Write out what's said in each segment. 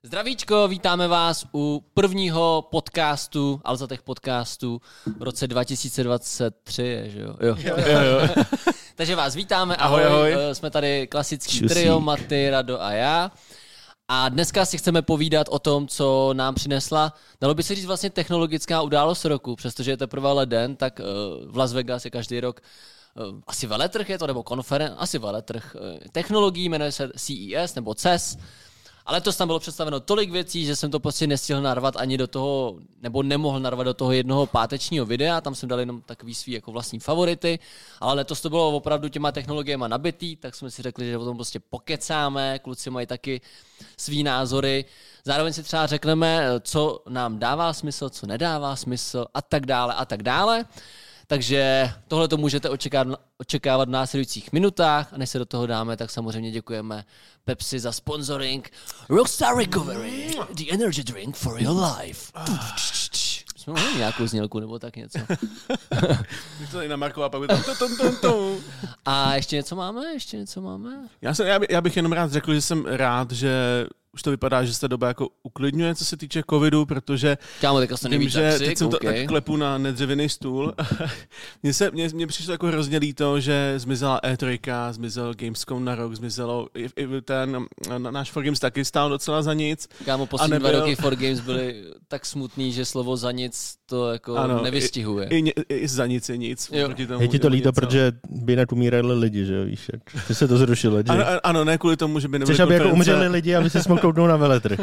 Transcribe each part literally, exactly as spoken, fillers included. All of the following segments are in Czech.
Zdravíčko, vítáme vás u prvního podcastu, Alzatech podcastu v roce dva tisíce dvacet tři, že jo? Jo. jo, jo, jo. Takže vás vítáme, ahoj, ahoj. ahoj. Jsme tady klasický Čusí. trio, Maty, Rado a já. A dneska si chceme povídat o tom, co nám přinesla, dalo by se říct vlastně technologická událost roku, přestože je teprve leden, tak v Las Vegas je každý rok asi veletrh je to, nebo konference, asi veletrh technologií, jmenuje se C E S nebo C E S. Ale to tam bylo představeno tolik věcí, že jsem to prostě nestihl narvat ani do toho, nebo nemohl narvat do toho jednoho pátečního videa, tam jsem dal jenom takový svý jako vlastní favority, ale letos to bylo opravdu těma technologiemi nabitý, tak jsme si řekli, že o tom prostě pokecáme, kluci mají taky svý názory, zároveň si třeba řekneme, co nám dává smysl, co nedává smysl a tak dále a tak dále. Takže tohle to můžete očekávat, očekávat v následujících minutách a než se do toho dáme, tak samozřejmě děkujeme Pepsi za sponsoring Rockstar Recovery, the energy drink for your life. Jsme mohli nějakou znělku nebo tak něco. to je na Markova, pak tam tom, tom, tom. A ještě něco máme? Ještě něco máme? Já, jsem, já, by, já bych jenom rád řekl, že jsem rád, že už to vypadá, že se ta doba jako uklidňuje, co se týče covidu, protože Kámo, tak to vím, že taxik, teď jsem to okay. tak klepu na nedřevěný stůl. Mně se mně, mně přišlo jako hrozně líto, že zmizela E tři, zmizel Gamescom na rok, zmizelo i, i ten náš four games taky stál docela za nic. Kámo, poslední nebyl... dva roky four games byly tak smutný, že slovo za nic to jako ano, nevystihuje. I, i, i za nic je nic. Tomu, je ti to líto, něco. Protože by jinak umírali lidi, že jo, víš, ty se to zrušilo. Ano, ano, ne kvůli tomu, že by nebyly Chceš, aby jako umřeli lidi, aby se mohl kouknout na veletrh.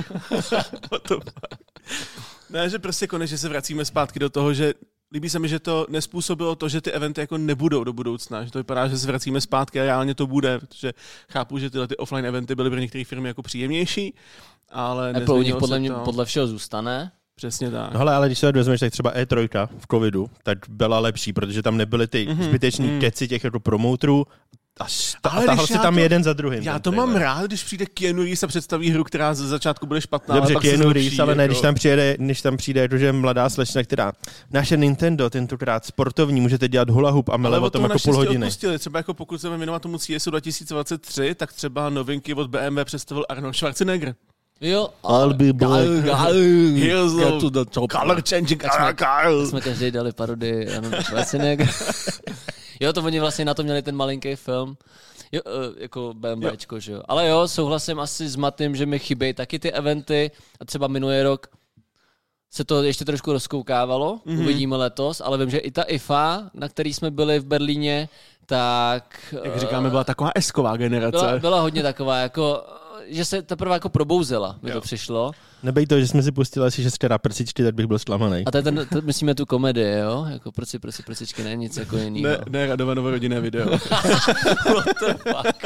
Ne, že prostě konečně se vracíme zpátky do toho, že líbí se mi, že to nespůsobilo to, že ty eventy jako nebudou do budoucna, že to vypadá, že se vracíme zpátky a reálně to bude, protože chápu, že tyhle ty offline eventy byly pro některé firmy jako příjemnější, ale Apple u nich podle, mě, podle všeho zůstane. Přesně tak. No hele, ale když se vezmeš, tak třeba E tři v covidu, tak byla lepší, protože tam nebyly ty mm-hmm, zbytečný mm. keci těch jako promouterů, a táhl si tam to, jeden za druhým. Já to trailer. Mám rád, když přijde Keanu Reeves a představí hru, která ze začátku bude špatná. Dobře, ale Keanu Reeves, ale ne, jako... když tam přijede, když tam přijde jakože mladá slečna, která naše Nintendo, tentokrát sportovní, můžete dělat hula hoop a mele o tom jako půl hodiny. Odpustili. Třeba jako pokud se věnovat tomu C S dva tisíce dvacet tři, tak třeba novinky od B M W představil Arnold Schwarzenegger. Jo, I'll be black. Here's the color changing car. Jsme každý dali parodii Arnold Schwarzenegger. Jo, to oni vlastně na to měli ten malinký film. Jo, jako BMWčko, že jo. Ale jo, souhlasím asi s Matym, že mi chybějí taky ty eventy a třeba minulý rok se to ještě trošku rozkoukávalo, mm-hmm. uvidíme letos, ale vím, že i ta I F A, na který jsme byli v Berlíně, tak... Jak říkáme, byla taková esková generace. Byla, byla hodně taková, jako, že se teprve jako probouzela, mi to přišlo. Nebej to, že jsme si pustili asi šesté prsičky, tak bych byl zklamaný. A to je ten, to myslíme tu komedii, jo? Jako prci, prci, prsičky, ne nic jako jinýho. Ne, ne Radovanovo rodinné video. What the fuck?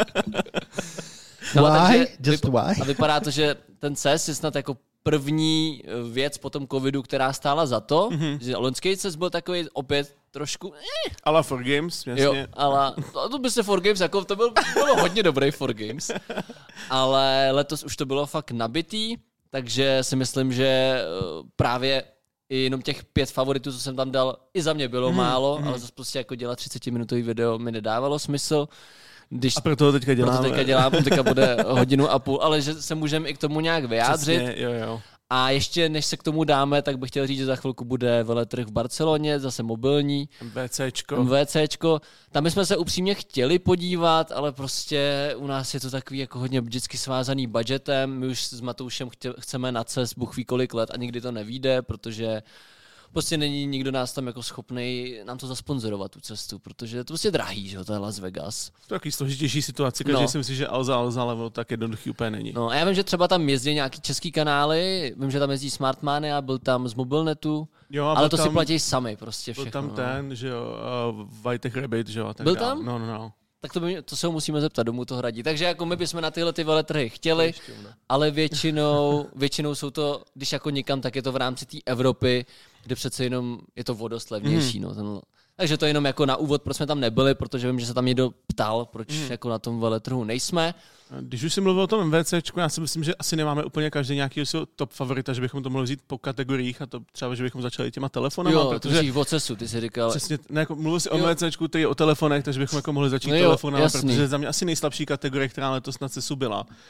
No, why? Takže Just vyp- why? A vypadá to, že ten C E S je snad jako první věc po tom covidu, která stála za to, mm-hmm. že loňský C E S byl takový opět trošku... Eh. Ale four games, jasně. Jo, ale to, to by se four games, jako to byl, bylo hodně dobrý four games, ale letos už to bylo fakt nabitý, takže si myslím, že právě i jenom těch pět favoritů, co jsem tam dal, i za mě bylo mm, málo, mm. ale zase prostě jako dělat třicetiminutový video mi nedávalo smysl. Když, a proto to teďka děláme. Proto teďka dělám, teďka bude hodinu a půl, ale že se můžeme i k tomu nějak vyjádřit. Přesně, jo, jo. A ještě než se k tomu dáme, tak bych chtěl říct, že za chvilku bude veletrh v Barceloně, zase mobilní. MVCčko. MVCčko. Tam my jsme se upřímně chtěli podívat, ale prostě u nás je to takový jako hodně vždycky svázaný budgetem. My už s Matoušem chtě, chceme na C E S Bůh ví kolik let a nikdy to nevyjde, protože prostě není nikdo nás tam jako schopný nám to zasponzorovat, tu cestu, protože je to prostě drahý, že jo, to je Las Vegas. To je takový složitější situace, každý no. si myslí, že Alza, Alza, ale tak jednoduchý úplně není. No a já vím, že třeba tam jezdí nějaký český kanály, vím, že tam jezdí Smartmany a byl tam z Mobilnetu, jo, ale to tam, si platí sami prostě všechno. Byl tam no. ten, že jo, uh, Vajtech Rabbit, že jo. Byl dál. Tam? No, no, no. Tak to, by, to se ho musíme zeptat, domů to hradí. Takže jako my bychom na tyhle ty veletrhy chtěli, ale většinou, většinou jsou to, když jako nikam, tak je to v rámci té Evropy, kde přece jenom je to vodost levnější. Mm. No, ten, takže to jenom jako na úvod, proč jsme tam nebyli, protože vím, že se tam někdo ptal, proč mm. jako na tom veletrhu nejsme. Když už jsi mluvil o tom MVCčku, já si myslím, že asi nemáme úplně každý nějaký top favorita, že bychom to mohli vzít po kategoriích a to třeba, že bychom začali těma telefonama. Jo, protože to o cesu, ty jsi říkal. Přesně, ne, jako mluvil jsi o MVCčku, ty o telefonech, takže bychom jako mohli začít no telefonama, protože za mě asi nejslabší kategorie, která letos na cesu byla.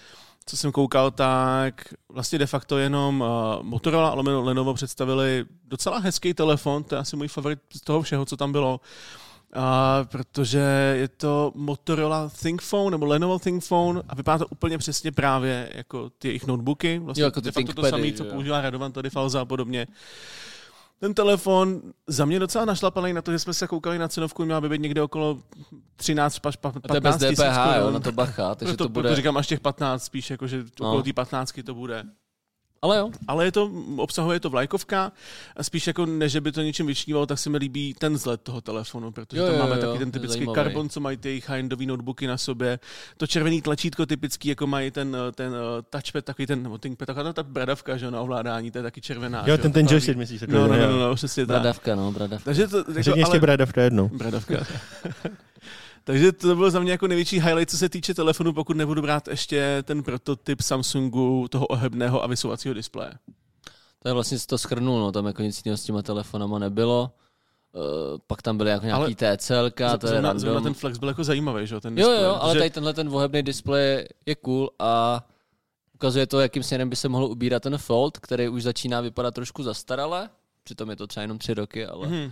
co jsem koukal, tak vlastně de facto jenom uh, Motorola a Lenovo představili docela hezký telefon, to je asi můj favorit z toho všeho, co tam bylo. Uh, protože je to Motorola ThinkPhone nebo Lenovo ThinkPhone a vypadá to úplně přesně právě jako ty jejich notebooky. Vlastně jo, jako ty to, to samé, co používá Radovan, tady Falza a podobně. Ten telefon za mě docela našlapaný na to, že jsme se koukali na cenovku, měla by být někde okolo třináct až patnáct tisíc. To je bez D P H, jo, na to bacha. Takže to, to bude... Proto říkám až těch patnáct, spíš jako, že no. okolo té patnáctky to bude. Ale jo. Ale je to, obsahuje to vlajkovka a spíš jako ne, že by to něčím vyčnívalo, tak se mi líbí ten vzhled toho telefonu, protože jo, tam jo, máme jo, taky ten typický karbon, co mají ty jejich high-endový notebooky na sobě. To červený tlačítko typický, jako mají ten, ten touchpad, takový ten, nebo ThinkPad, taková ta bradavka, že na ovládání, to je taky červená. Jo, ten, ten joystick myslíš. No, no, no, no, no, přesně tak. Bradavka, no, bradavka. Takže to, jako, ale... ještě bradavka jednou. Bradavka. Takže to byl za mě jako největší highlight, co se týče telefonu, pokud nebudu brát ještě ten prototyp Samsungu, toho ohebného a vysouvacího displeje. To je vlastně to schrnul, no, tam jako nic jiného s těma telefonama nebylo. Uh, pak tam byly jako nějaký T C L ka, to je random. Zrovna ten Flex byl jako zajímavý, že ten display. Jo, jo, ale že... tady tenhle ten ohebný displej je cool a ukazuje to, jakým směrem by se mohl ubírat ten Fold, který už začíná vypadat trošku zastarale. Přitom je to třeba jenom tři roky, ale... Mm.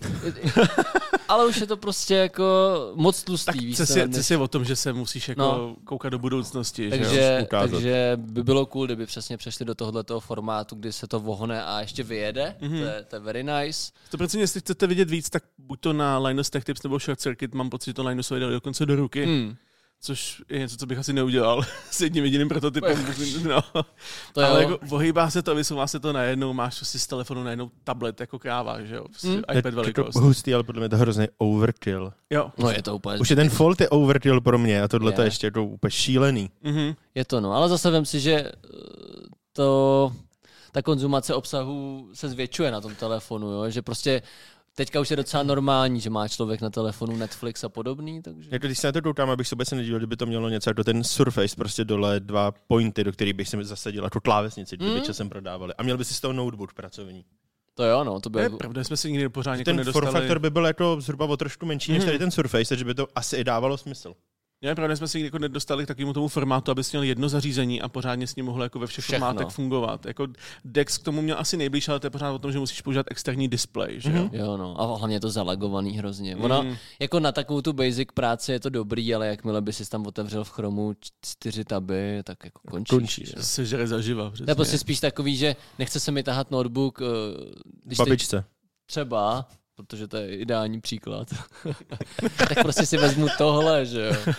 Ale už je to prostě jako moc tlustý. Tak co si o tom, že se musíš jako no. koukat do budoucnosti. Takže, že takže by bylo cool, kdyby přesně přešli do tohoto formátu, kdy se to vohne a ještě vyjede. Mm-hmm. To, je, to je very nice. To protože jestli chcete vidět víc, tak buď to na Linus Tech Tips nebo Short Circuit, mám pocit, že to Linusovi dali dokonce do ruky. Mm. Což je něco, co bych asi neudělal s jedním jediným prototypem. No. To ale jako ohýbá se to, vysouvá se to najednou, máš si z telefonu najednou tablet jako kráva, že jo? Hmm. iPad velikost. Jako hustý, ale podle mě to hrozný overkill. Jo. No je to úplně... Už je ten Fold je overkill pro mě a tohle to je ještě jako úplně šílený. Mm-hmm. Je to no, ale zase vem si, že to... ta konzumace obsahu se zvětšuje na tom telefonu, jo? Že prostě teďka už je docela normální, že má člověk na telefonu Netflix a podobný, takže... Jako když se na to koukám, abych se vůbec nedíval, kdyby to mělo něco jako ten Surface, prostě dole dva pointy, do kterých bych si zasadil jako klávesnici, kdyby mm. časem prodávali. A měl by si z toho notebook pracovní. To jo, no, to by... Je pravda, jsme si nikdy pořádně ten nedostali. Ten form factor by byl jako zhruba o trošku menší, mm. než tady ten Surface, takže by to asi i dávalo smysl. Já pravda, jsme si jako nedostali k takovému tomu formátu, aby měl jedno zařízení a pořádně s ním mohl jako ve všech Všechno. formátech fungovat. Jako Dex k tomu měl asi nejblíž, ale to je pořád o tom, že musíš používat externí displej, že jo? Mm-hmm. Jo, no. A hlavně je to zalagovaný hrozně. Mm. Ono, jako na takovou tu basic práci je to dobrý, ale jakmile by si tam otevřel v Chromu čtyři taby, tak jako končíš. Končíš. Se žere zaživa. To je prostě spíš takový, že nechce se mi tahat notebook. Když babičce. Teď třeba... protože to je ideální příklad. Tak prostě si vezmu tohle, že jo.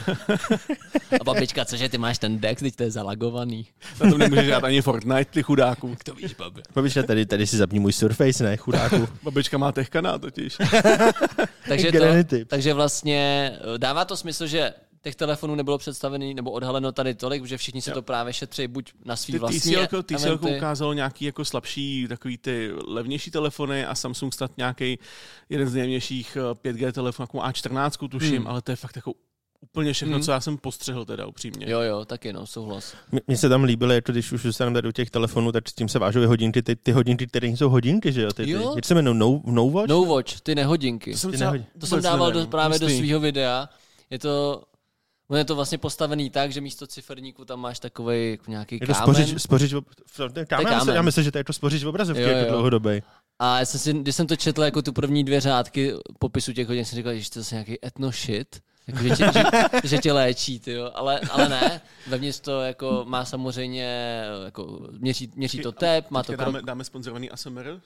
A babička, cože, ty máš ten Dex, teď to je zalagovaný. Na tom nemůžeš hrát ani Fortnite, ty chudáku. Jak to víš, babi? Babička, tady, tady si zapni můj Surface, ne, chudáku. Babička má tech kanál totiž. takže, to, takže vlastně dává to smysl, že těch telefonů nebylo představený nebo odhaleno tady tolik, že všichni se to právě šetří buď na svý vlastní eventy. T C L ukázalo nějaký jako slabší, takový ty levnější telefony a Samsung snad nějaký jeden z nejlevnějších pět G telefonů, jako A čtrnáct tuším, hmm. ale to je fakt jako úplně všechno, hmm. co já jsem postřehl teda upřímně. Jo, jo, taky no, souhlas. Mně se tam líbilo, jako když už dostaneme tady do těch telefonů, tak s tím se vážou hodinky, ty, ty hodinky, které jsou hodinky, že jo? Ty, ty, jo? Jak se jmenují? No, no Watch? No Watch, ty nehodinky. To jsem, ty třeba, nehodinky. To jsem dával do, právě Pustý. do svého videa. Je to... On je to vlastně postavený tak, že místo ciferníku tam máš takovej jako nějaký je to kámen. Spořič, spořič, kámen, kámen. Já, myslím, já myslím, že to je to spořič v obrazovky jako dlouhodobý. A já jsem si, když jsem to četl jako tu první dvě řádky popisu těch hodin, jsem říkal, že to je nějaký etno shit, jako, že, tě, že, že tě léčí, tyjo. Ale, ale ne, vevnitř to jako má samozřejmě, jako měří, měří to tep, má to krok... Dáme, dáme sponzorovaný A S M R?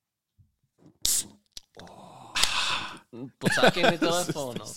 Pocákej mi telefon, no.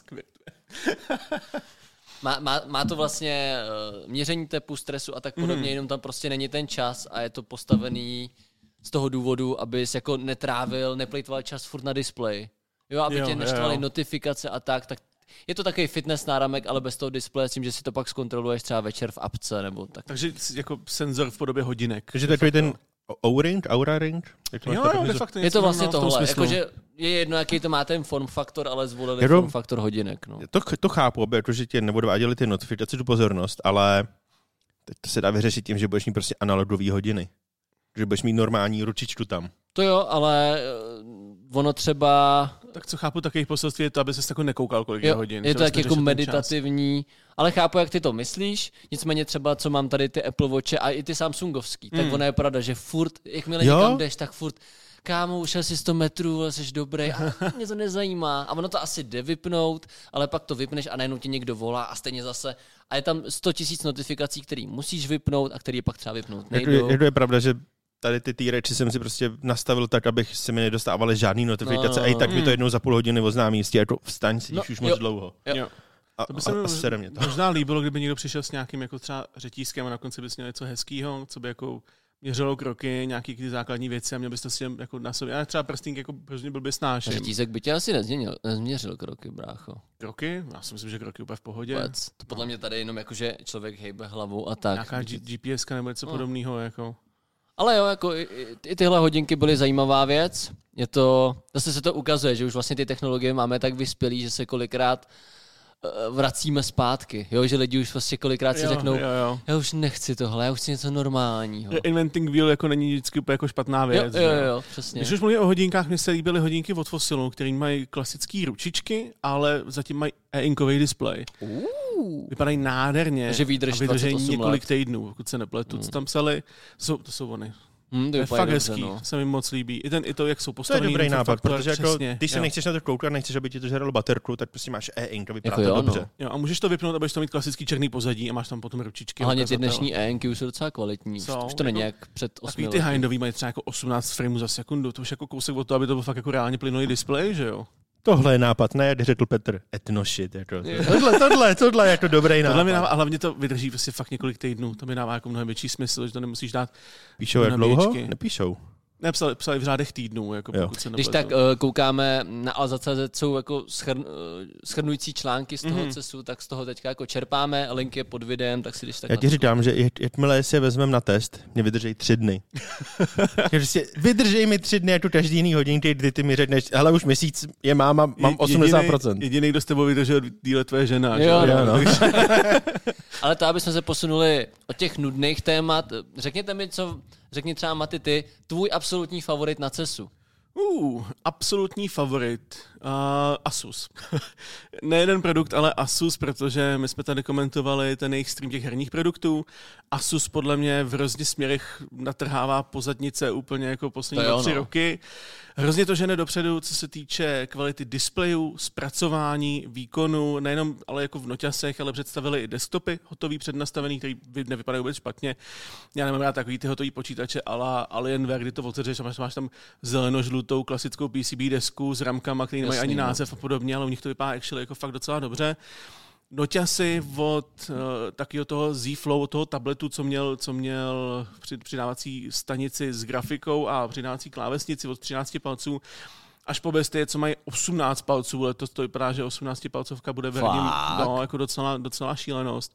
Má, má, má to vlastně uh, měření tepu, stresu a tak podobně, mm. jenom tam prostě není ten čas a je to postavený z toho důvodu, abys jako netrávil, neplejtval čas furt na displeji. Jo, aby jo, tě neštvaly notifikace a tak, tak je to takový fitness náramek, ale bez toho displeje, s tím, že si to pak zkontroluješ třeba večer v apce nebo tak. Takže jako senzor v podobě hodinek. Takže takový ten O-ring, Aura ring? Jo, jo, de facto je to vlastně tohle, jakože je jedno, jaký to má ten form faktor, ale zvolili form faktor hodinek. No. To, to chápu, aby jakože tě neodváděli ty notifikace, tu pozornost, ale teď to se dá vyřešit tím, že budeš mít prostě analogové hodiny. Že budeš mít normální ručičku tam. To jo, ale ono třeba Tak co chápu, takových poselství je to, aby ses tako nekoukal, kolik jo, hodin. Je to tak jako meditativní, ale chápu, jak ty to myslíš, nicméně třeba, co mám tady ty Apple Watche a i ty Samsungovský, tak mm. ona je pravda, že furt, jakmile někam jdeš, tak furt kámo, ušel si sto metrů, ale jsi dobrý a mě to nezajímá. A ono to asi jde vypnout, ale pak to vypneš a najednou ti někdo volá a stejně zase. A je tam sto tisíc notifikací, který musíš vypnout a který pak třeba vypnout nejdou. Je, je, je pravda, že tady ty týreči jsem si prostě nastavil tak, abych se mi nedostávaly žádný notifikace no, a i tak mi to jednou za půl hodiny oznámí, jistě jako vstaň si, no, už moc jo, dlouho. Jo. A, to by se a, mi a mě to. možná líbilo, kdyby někdo přišel s nějakým jako třeba řetízkem a na konci bys měl něco hezkýho, co by jako měřilo kroky, nějaký ty základní věci a měl bys to si jako na sobě. Ale třeba prstínk jako hrozně blbě snáším. Řetízek by tě asi nezměnil, nezměřil kroky, brácho. Kroky? Já si myslím, že kroky úplně v pohodě. Vůbec. To podle mě tady jenom jako, že člověk hejbe hlavou a tak. Nějaká G P S ka nebo něco no. podobného. Jako. Ale jo, jako i, i tyhle hodinky byly zajímavá věc. Je to, zase se to ukazuje, že už vlastně ty technologie máme tak vyspělý, že se kolikrát vracíme zpátky, jo, že lidi už vlastně kolikrát si jo, řeknou, jo, jo. já už nechci tohle, já už chci něco normálního. Inventing wheel jako není vždycky úplně jako špatná věc. Jo, jo, jo, přesně. Když už mluvím o hodinkách, mně se líbily hodinky od Fossilu, který mají klasické ručičky, ale zatím mají e-inkový displej. Uh. Vypadají nádherně. Takže výdrž a vydrží několik let. týdnů, pokud se nepletu. Hmm. Co tam psali, to jsou, to jsou oni. Hmm, to je fakt dobře, hezký, no. se mi moc líbí. I, ten, i to, jak jsou To je postavený. dobrý nápad, protože jako, přesně, když se jo. nechceš na to koukat, nechceš, aby ti to žralo baterku, tak prostě máš e-ink a vypadá jako to jo, dobře. No. Jo, a můžeš to vypnout, abys to mít klasický černý pozadí a máš tam potom ručičky. A hlavně ty dnešní e-inky už jsou docela kvalitní. Už, už to není jako, jak před osmi takový lety. ty high-endový mají třeba jako osmnáct frameů za sekundu, to už jako kousek od toho, aby to byl fakt jako reálně plynulý displej, že jo? Tohle je nápad, ne, jak řekl Petr, etnoshit. Jako, tohle, tohle, tohle je jako dobrý nápad. Tohle mi dává, a hlavně to vydrží prostě fakt několik týdnů, to mi dává jako mnohem větší smysl, že to nemusíš dát. Píšou jak dlouho? Nepíšou. Ne, psali, psali v řádech týdnů, jako pokud se nepletu. Když tak uh, koukáme na Alza tečka cé zet, jsou jako schrn, uh, schrnující články z toho mm-hmm. cestu, tak z toho teďka jako čerpáme, link je pod videem, tak si když tak... Já ti říkám, že jakmile si je vezmem na test, mě vydržej tři dny. prostě vydržej mi tři dny jako každý jiný hodinky, kdy ty mi řekneš, hele už měsíc je máma, mám osmdesát procent. Jediný, kdo s tebou vydržel díle tvoje žena. Jo, že? No, no. Ale to, aby jsme se posunuli od těch nudných témat, řekněte mi, co... Řekni třeba, Maty, ty, tvůj absolutní favorit na cestu. Uh, absolutní favorit. Uh, Asus. Ne jeden produkt, ale Asus, protože my jsme tady komentovali ten jejich stream těch herních produktů. Asus podle mě v hrozně směrech natrhává pozadnice úplně jako poslední tři no. roky. Hrozně to žene dopředu, co se týče kvality displejů, zpracování, výkonu, nejenom ale jako v noťasech, ale představili i desktopy hotový, přednastavený, který nevypadají vůbec špatně. Já nemám rád takový ty hotový počítače a la Alienware, kdy to otevřeš a máš, máš tam zeleno-žlutou klasickou P C B desku s ramkama, který nemají ani název a podobně, ale u nich to vypadá actually jako fakt docela dobře. Noťasy od uh, takového toho Z Flow, od toho tabletu, co měl, co měl přidávací stanici s grafikou a přidávací klávesnici od třinácti palců, až po bestie, co mají osmnáct palců, letos to vypadá, že osmnáctipalcovka bude v herním, no, jako docela, docela šílenost.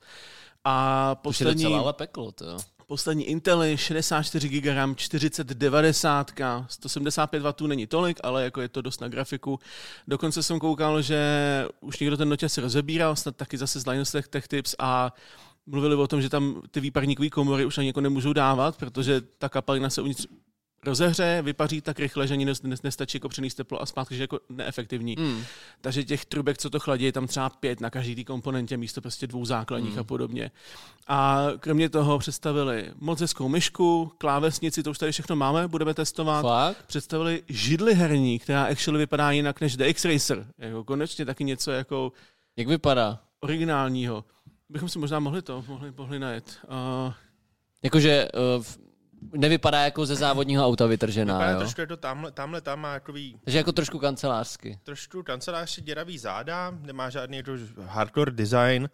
A poslední... Už je docela ale peklo, to jo. Poslední Intel šedesát čtyři giga RAM, čtyřicet devadesát, sto sedmdesát pět wattů není tolik, ale jako je to dost na grafiku. Dokonce jsem koukal, že už někdo ten noťas rozebíral, snad taky zase z Linus Tech, Tech Tips a mluvili o tom, že tam ty výparníkové komory už ani jako nemůžou dávat, protože ta kapalina se uvnitř rozehře, vypaří tak rychle, že ani nestačí jako přenést teplo a zpátky, že je jako neefektivní. Mm. Takže těch trubek, co to chladí, je tam třeba pět na každý té komponentě místo prostě dvou základních mm. a podobně. A kromě toho představili moc hezkou myšku, klávesnici, to už tady všechno máme, budeme testovat. Fakt? Představili židli herní, která actually vypadá jinak než The X-Racer. Jako konečně taky něco jako... Jak vypadá? Originálního. Bychom si možná mohli to, mohli, mohli najet. Uh... Jakože... Uh, nevypadá jako ze závodního auta vytržená, vypadá jo? Trošku je to tamhle, tamhle tam má takový... Takže jako trošku kancelářsky. Trošku kancelářsky děravý záda, nemá žádný jako hardcore design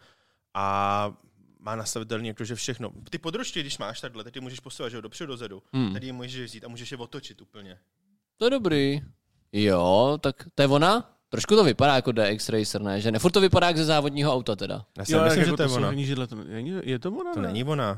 a má nastavitelný jakože všechno. Ty područky, když máš takhle, tak ty můžeš posouvat, že jo, dopředu, dozadu. Hmm. Tady je můžeš vzít a můžeš je otočit úplně. To je dobrý. Jo, tak to je ona? Trošku to vypadá jako D X Racer, ne? Že ne? Furt to vypadá jak ze závodního auta teda. Já si jo, myslím, jako že to je ona. Židle, to není, je to ona? To ne? není ona.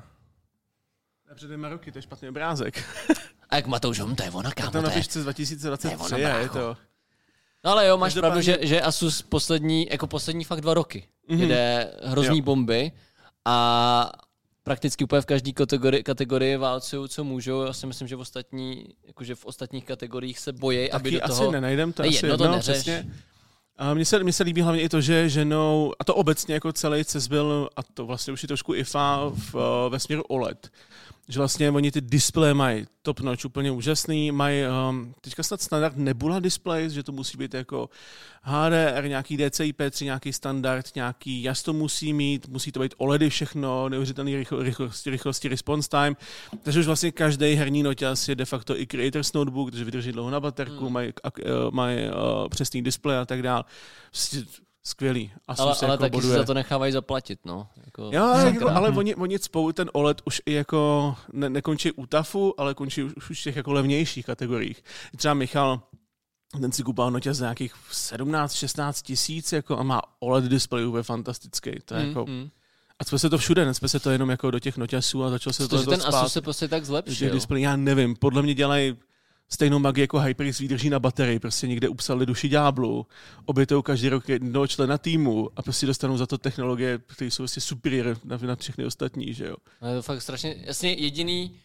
Před dvěma roky, to je špatný obrázek. A jak Matouš, to je ona, kámo, to je. To napište dva tisíce dvacet tři, je, je to. No ale jo, máš pravdu, že, že Asus poslední, jako poslední fakt dva roky. Mm-hmm. Jede hrozný jo. bomby a prakticky úplně v každé kategorii, kategorii válcují, co můžou. Já si myslím, že v ostatní, jakože v ostatních kategoriích se bojí, aby do toho... asi nenajdem, to asi jedno, to neřeš. Přesně. A mně se, mně se líbí hlavně i to, že ženou, a to obecně jako celý C E S byl, a to vlastně už je trošku I F A v, ve směru O L E D, že vlastně oni ty displeje mají top notch, úplně úžasný, mají um, teďka snad standard Nebula displays, že to musí být jako H D R, nějaký D C I P tři, nějaký standard, nějaký jas to musí mít, musí to být O L E D všechno, neuvěřitelný rychlo, rychlosti, rychlosti response time, takže už vlastně každý herní noťaz je de facto i Creators Notebook, takže vydrží dlouho na baterku, hmm. mají, uh, mají uh, přesný displej a tak dále. Skvělý. Asus ale ale jako taky boduje. Si za to nechávají zaplatit, no. Jako jo, jako, ale oni, oni spolu ten O L E D už i jako ne, nekončí u T A F U, ale končí už, už v těch jako levnějších kategoriích. Třeba Michal, ten si kupal noťaz za nějakých sedmnáct šestnáct tisíc jako, a má O L E D displej úplně fantastický. To je mm, jako... Mm. A co se to všude, necpe se to jenom jako do těch noťasů a začal se to ten spát. Asus se prostě tak zlepšil. Display, já nevím, podle mě dělají stejnou magii jako HyperX výdrží na baterii, prostě někde upsali duši ďáblu, obětou každý rok jednoho člena týmu a prostě dostanou za to technologie, které jsou prostě superior na, na všechny ostatní, že jo. No je to fakt strašně, jasně jediný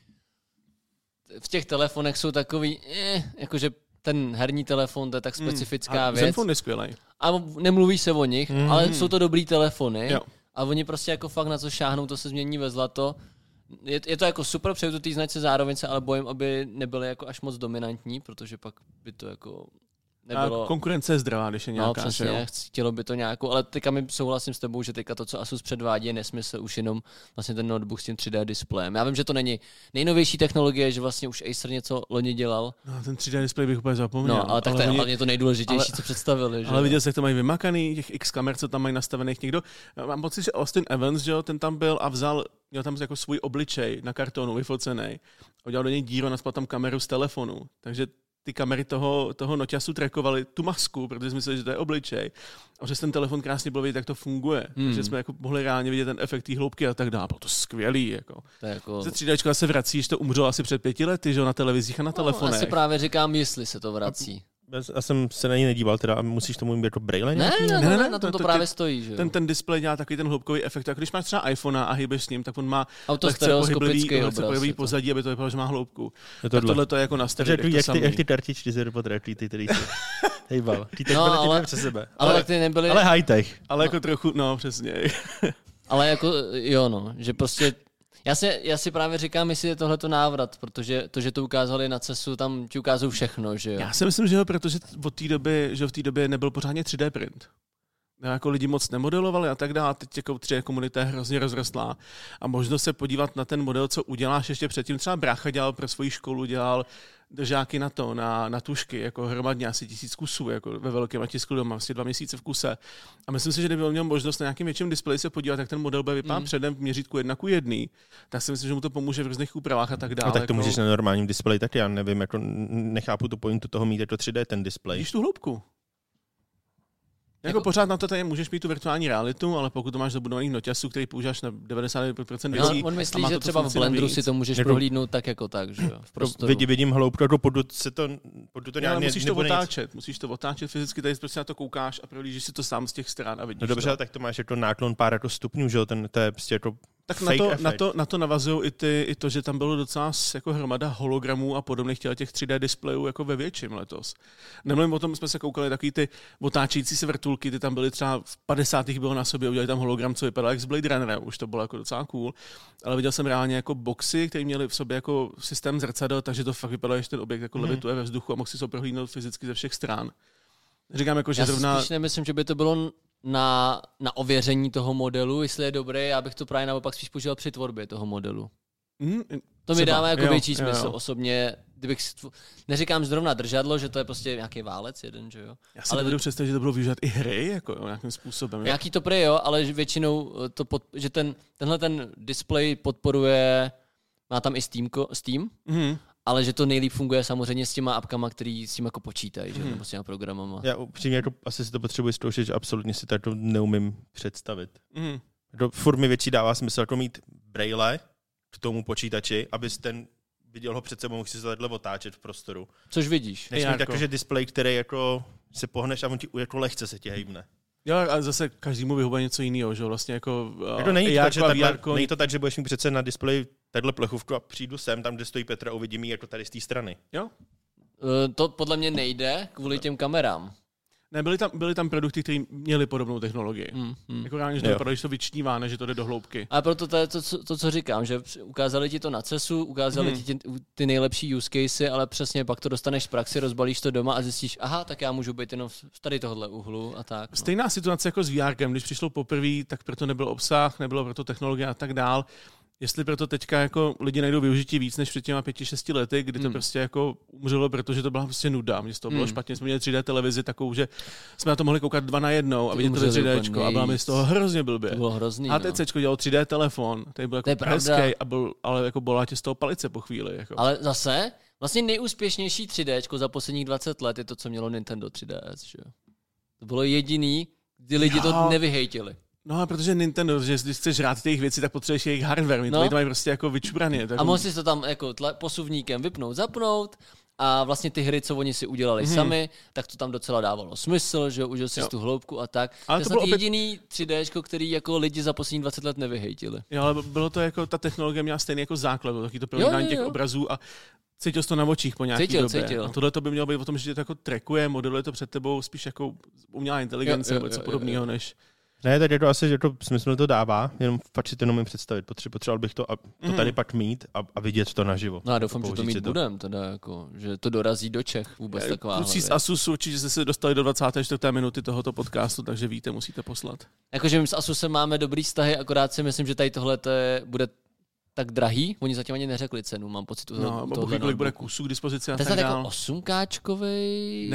v těch telefonech jsou takový, eh, jakože ten herní telefon, to je tak specifická mm, věc. Zenfone je skvělej. A nemluví se o nich, mm. ale jsou to dobrý telefony. Jo. A oni prostě jako fakt na co šáhnou, to se změní ve zlato. Je, je to jako super, přeju to té značce, zároveň se ale bojím, aby nebyly jako až moc dominantní, protože pak by to jako nebylo... A konkurence je zdravá, když je nějaká. No přesně, jo? chtělo by to nějakou, ale teďka mi souhlasím s tebou, že teďka to, co Asus předvádí, je nesmysl, už jenom vlastně ten notebook s tím tři dé displejem. Já vím, že to není nejnovější technologie, že vlastně už Acer něco loni dělal. No ten tři dé displej bych úplně zapomněl. No, ale tak ale to je oni... hlavně to nejdůležitější, ale... co představili. Že? Ale viděl jsi, jak to mají vymakaný, těch X kamer, co tam mají nastavených někdo. Mám pocit, že Austin Evans, že jo, ten tam byl a vzal, měl tam jako svůj obličej na kartonu vyfocený. Udělal do něj díru a naspal tam kameru z telefonu. Takže ty kamery toho, toho noťasu trackovaly tu masku, protože jsme mysleli, že to je obličej. A přes ten telefon krásně bylo vidět, jak to funguje. Hmm. Takže jsme jako mohli reálně vidět ten efekt té hloubky a tak dále. Bylo to skvělý. Jako. To je jako... Se tři déčko se vrací, že to umřelo asi před pěti lety, že na televizích a na telefonech. No, asi právě říkám, jestli se to vrací. Já jsem se na ní nedíval, teda a musíš tomu mít jako braille ne, ne, ne, ne, ne, na tom to, to právě ty, stojí. Že jo? Ten, ten displej dělá takový ten hloubkový efekt. A když máš třeba iPhone a hýbeš s ním, tak on má lehce pohyblivý pozadí, aby to vypadalo, že má hloubku. To tak tohle to je jako nastavit. Jak, jak, ty, jak ty tartičky se dopotraklí, ty který se hejbal. Ty teď no, byly přes sebe. Ale, ale, ty nebyly... ale high-tech. Ale jako trochu, no přesně. Ale jako, jo no, že prostě... Já si, já si právě říkám, jestli je tohleto návrat, protože to, že to ukázali na cestu, tam ti ukážou všechno, že jo? Já si myslím, že jo, protože od té doby, že v té době nebyl pořádně tři dé print. Jako lidi moc nemodelovali a tak dále, teď jako tři dé komunita je hrozně rozrostlá. A možno se podívat na ten model, co uděláš ještě předtím. Třeba brácha dělal pro svoji školu, dělal držáky na to, na, na tušky, jako hromadně asi tisíc kusů, jako ve velkém a tiskl doma, asi dva měsíce v kuse. A myslím si, že kdyby měl možnost na nějakým větším displeji se podívat, jak ten model bude vypadat mm. předem v měřítku jedna ku jedný, tak si myslím, že mu to pomůže v různých úpravách a tak dále. No, tak to jako... můžeš na normálním displeji, tak já nevím, jako nechápu tu pointu toho mít jako tři dé ten displej. Víš tu hloubku? Jako, jako pořád na to tady můžeš mít tu virtuální realitu, ale pokud to máš zabudovaný noťasu, který používáš na devadesát devět procent věcí. No, on myslí, že třeba v Blenderu si to můžeš jako, prohlídnout tak jako tak, že jo. Vidím, vidím hloubku, jako pokud se to, pokud to nějak musíš to otáčet, nic. musíš to otáčet fyzicky, tady prostě na to koukáš a prohlížíš si to sám z těch stran a vidíš. No dobře, to. Tak to máš jako náklon pár jako stupňů, že jo, ten to je prostě jako tak na to, na, to, na to navazují i, ty, i to, že tam bylo docela jako hromada hologramů a podobných těch tři dé displejů jako ve větším letos. Nemluvím o tom, jsme se koukali takový ty otáčející se vrtulky, ty tam byly třeba v padesátých bylo na sobě, udělali tam hologram, co vypadalo jak z Blade Runnera, už to bylo jako docela cool. Ale viděl jsem reálně jako boxy, které měly v sobě jako systém zrcadel, takže to fakt vypadalo, že ten objekt jako mm. levituje ve vzduchu a mohl si to prohlídnout fyzicky ze všech stran. Říkám jako, že Já zrovna... spíš nemyslím, že by to bylo na, na ověření toho modelu, jestli je dobré, já bych to právě naopak spíš použil při tvorbě toho modelu. Mm, to mi dává jako jo, větší jo, smysl jo. osobně, kdybych si tvo... neříkám zrovna držadlo, že to je prostě nějaký válec jeden, že jo. Já si ale budu představit, že to budou využívat i hry, jako jo, nějakým způsobem. Nějaký to prý jo, ale většinou to, pod... že ten, tenhle ten display podporuje, má tam i Steam, Steam mm. ale že to nejlíp funguje samozřejmě s těma apkama, který s tím jako počítají, že? Hmm. Nebo s těma programama. Já upřímně jako asi si to potřebuji zkoušet, že absolutně si to jako neumím představit. Hmm. Jako furt mi větší dává smysl jako mít braille k tomu počítači, abys ten viděl ho před sebou, mohl si to takhle otáčet v prostoru. Což vidíš. Než mít jako, že displej, který jako se pohneš a on ti jako lehce se ti hejbne. Jo, a zase každému vyhovuje něco jiného, že vlastně jako... Uh, to není, tak, že tato, není to tak, že budeš mít přece na displeji tato plechovku a přijdu sem, tam, kde stojí Petra, uvidím ji jako tady z té strany. Jo. Uh, to podle mě nejde kvůli těm kamerám. Ne, byly tam, byly tam produkty, které měly podobnou technologii. Hmm, hmm. Jako reálně, že to vypadá, že to vyčnívá, ne, že to jde do hloubky. A proto to je to, co, to, co říkám, že ukázali ti to na cesu, ukázali hmm. ti ty nejlepší use casey, ale přesně pak to dostaneš z praxi, rozbalíš to doma a zjistíš, aha, tak já můžu být jenom v tady tohle úhlu a tak. No. Stejná situace jako s V R kem, když přišlo poprvé, tak proto nebyl obsah, nebylo proto technologie a tak dál. Jestli proto teďka jako lidi najdou využití víc než před těma pěti, šesti lety, kdy to hmm. prostě jako umřelo, protože to byla prostě nuda. Mně z toho bylo hmm. špatně, jsme měli tři dé televizi takovou, že jsme na to mohli koukat dva na jednou a vidět to ve tři déčko a byla mi z toho hrozně blbě. To bylo hrozný, H T C no. dělal tři dé telefon, který byl jako hezký, a byl, ale jako bola tě z toho palice po chvíli. Jako. Ale zase, vlastně nejúspěšnější tři déčko za posledních dvacet let je to, co mělo Nintendo tři D S. Že? To bylo jediný, kdy lidi jo. to nevyhejtili. No a protože Nintendo, že když chceš hrát těch věcí, tak potřebuješ jejich hardware, my no. to mají prostě jako vyčuraně. Tak... A mohli si to tam jako tle, posuvníkem vypnout, zapnout a vlastně ty hry, co oni si udělali hmm. sami, tak to tam docela dávalo smysl, že užil si tu hloubku a tak. Ale to, to byl opět... jediný tři déčko, který jako lidi za poslední dvacet let nevyhejtili. Jo, ale bylo to jako, ta technologie měla stejný jako základ, taky to prolínání těch obrazů a cítil jsi to na očích po nějaký cítil, době. Cítil. A tohle to by mělo být o tom, že to jako trackuje, modeluje to před tebou spíš jako umělá inteligence nebo něco podobného než... Ne, tak je to asi, že to smysl to dává, jenom fakt si to nemůžu představit. Potřeboval bych to, a, to tady pak mít a, a vidět to naživo. No a doufám, že to mít to... budem, teda jako, že to dorazí do Čech vůbec je, taková. Kluci z Asusu určitě jste se dostali do dvacáté čtvrté minuty tohoto podcastu, takže víte, musíte poslat. Jakože my s Asusem máme dobrý vztahy, akorát si myslím, že tady tohle bude tak drahý, oni zatím ani neřekli cenu, mám pocit. Toho, no, tohle kolik bude kusů k dispozici a tak dál. To je jako osmkáčkovej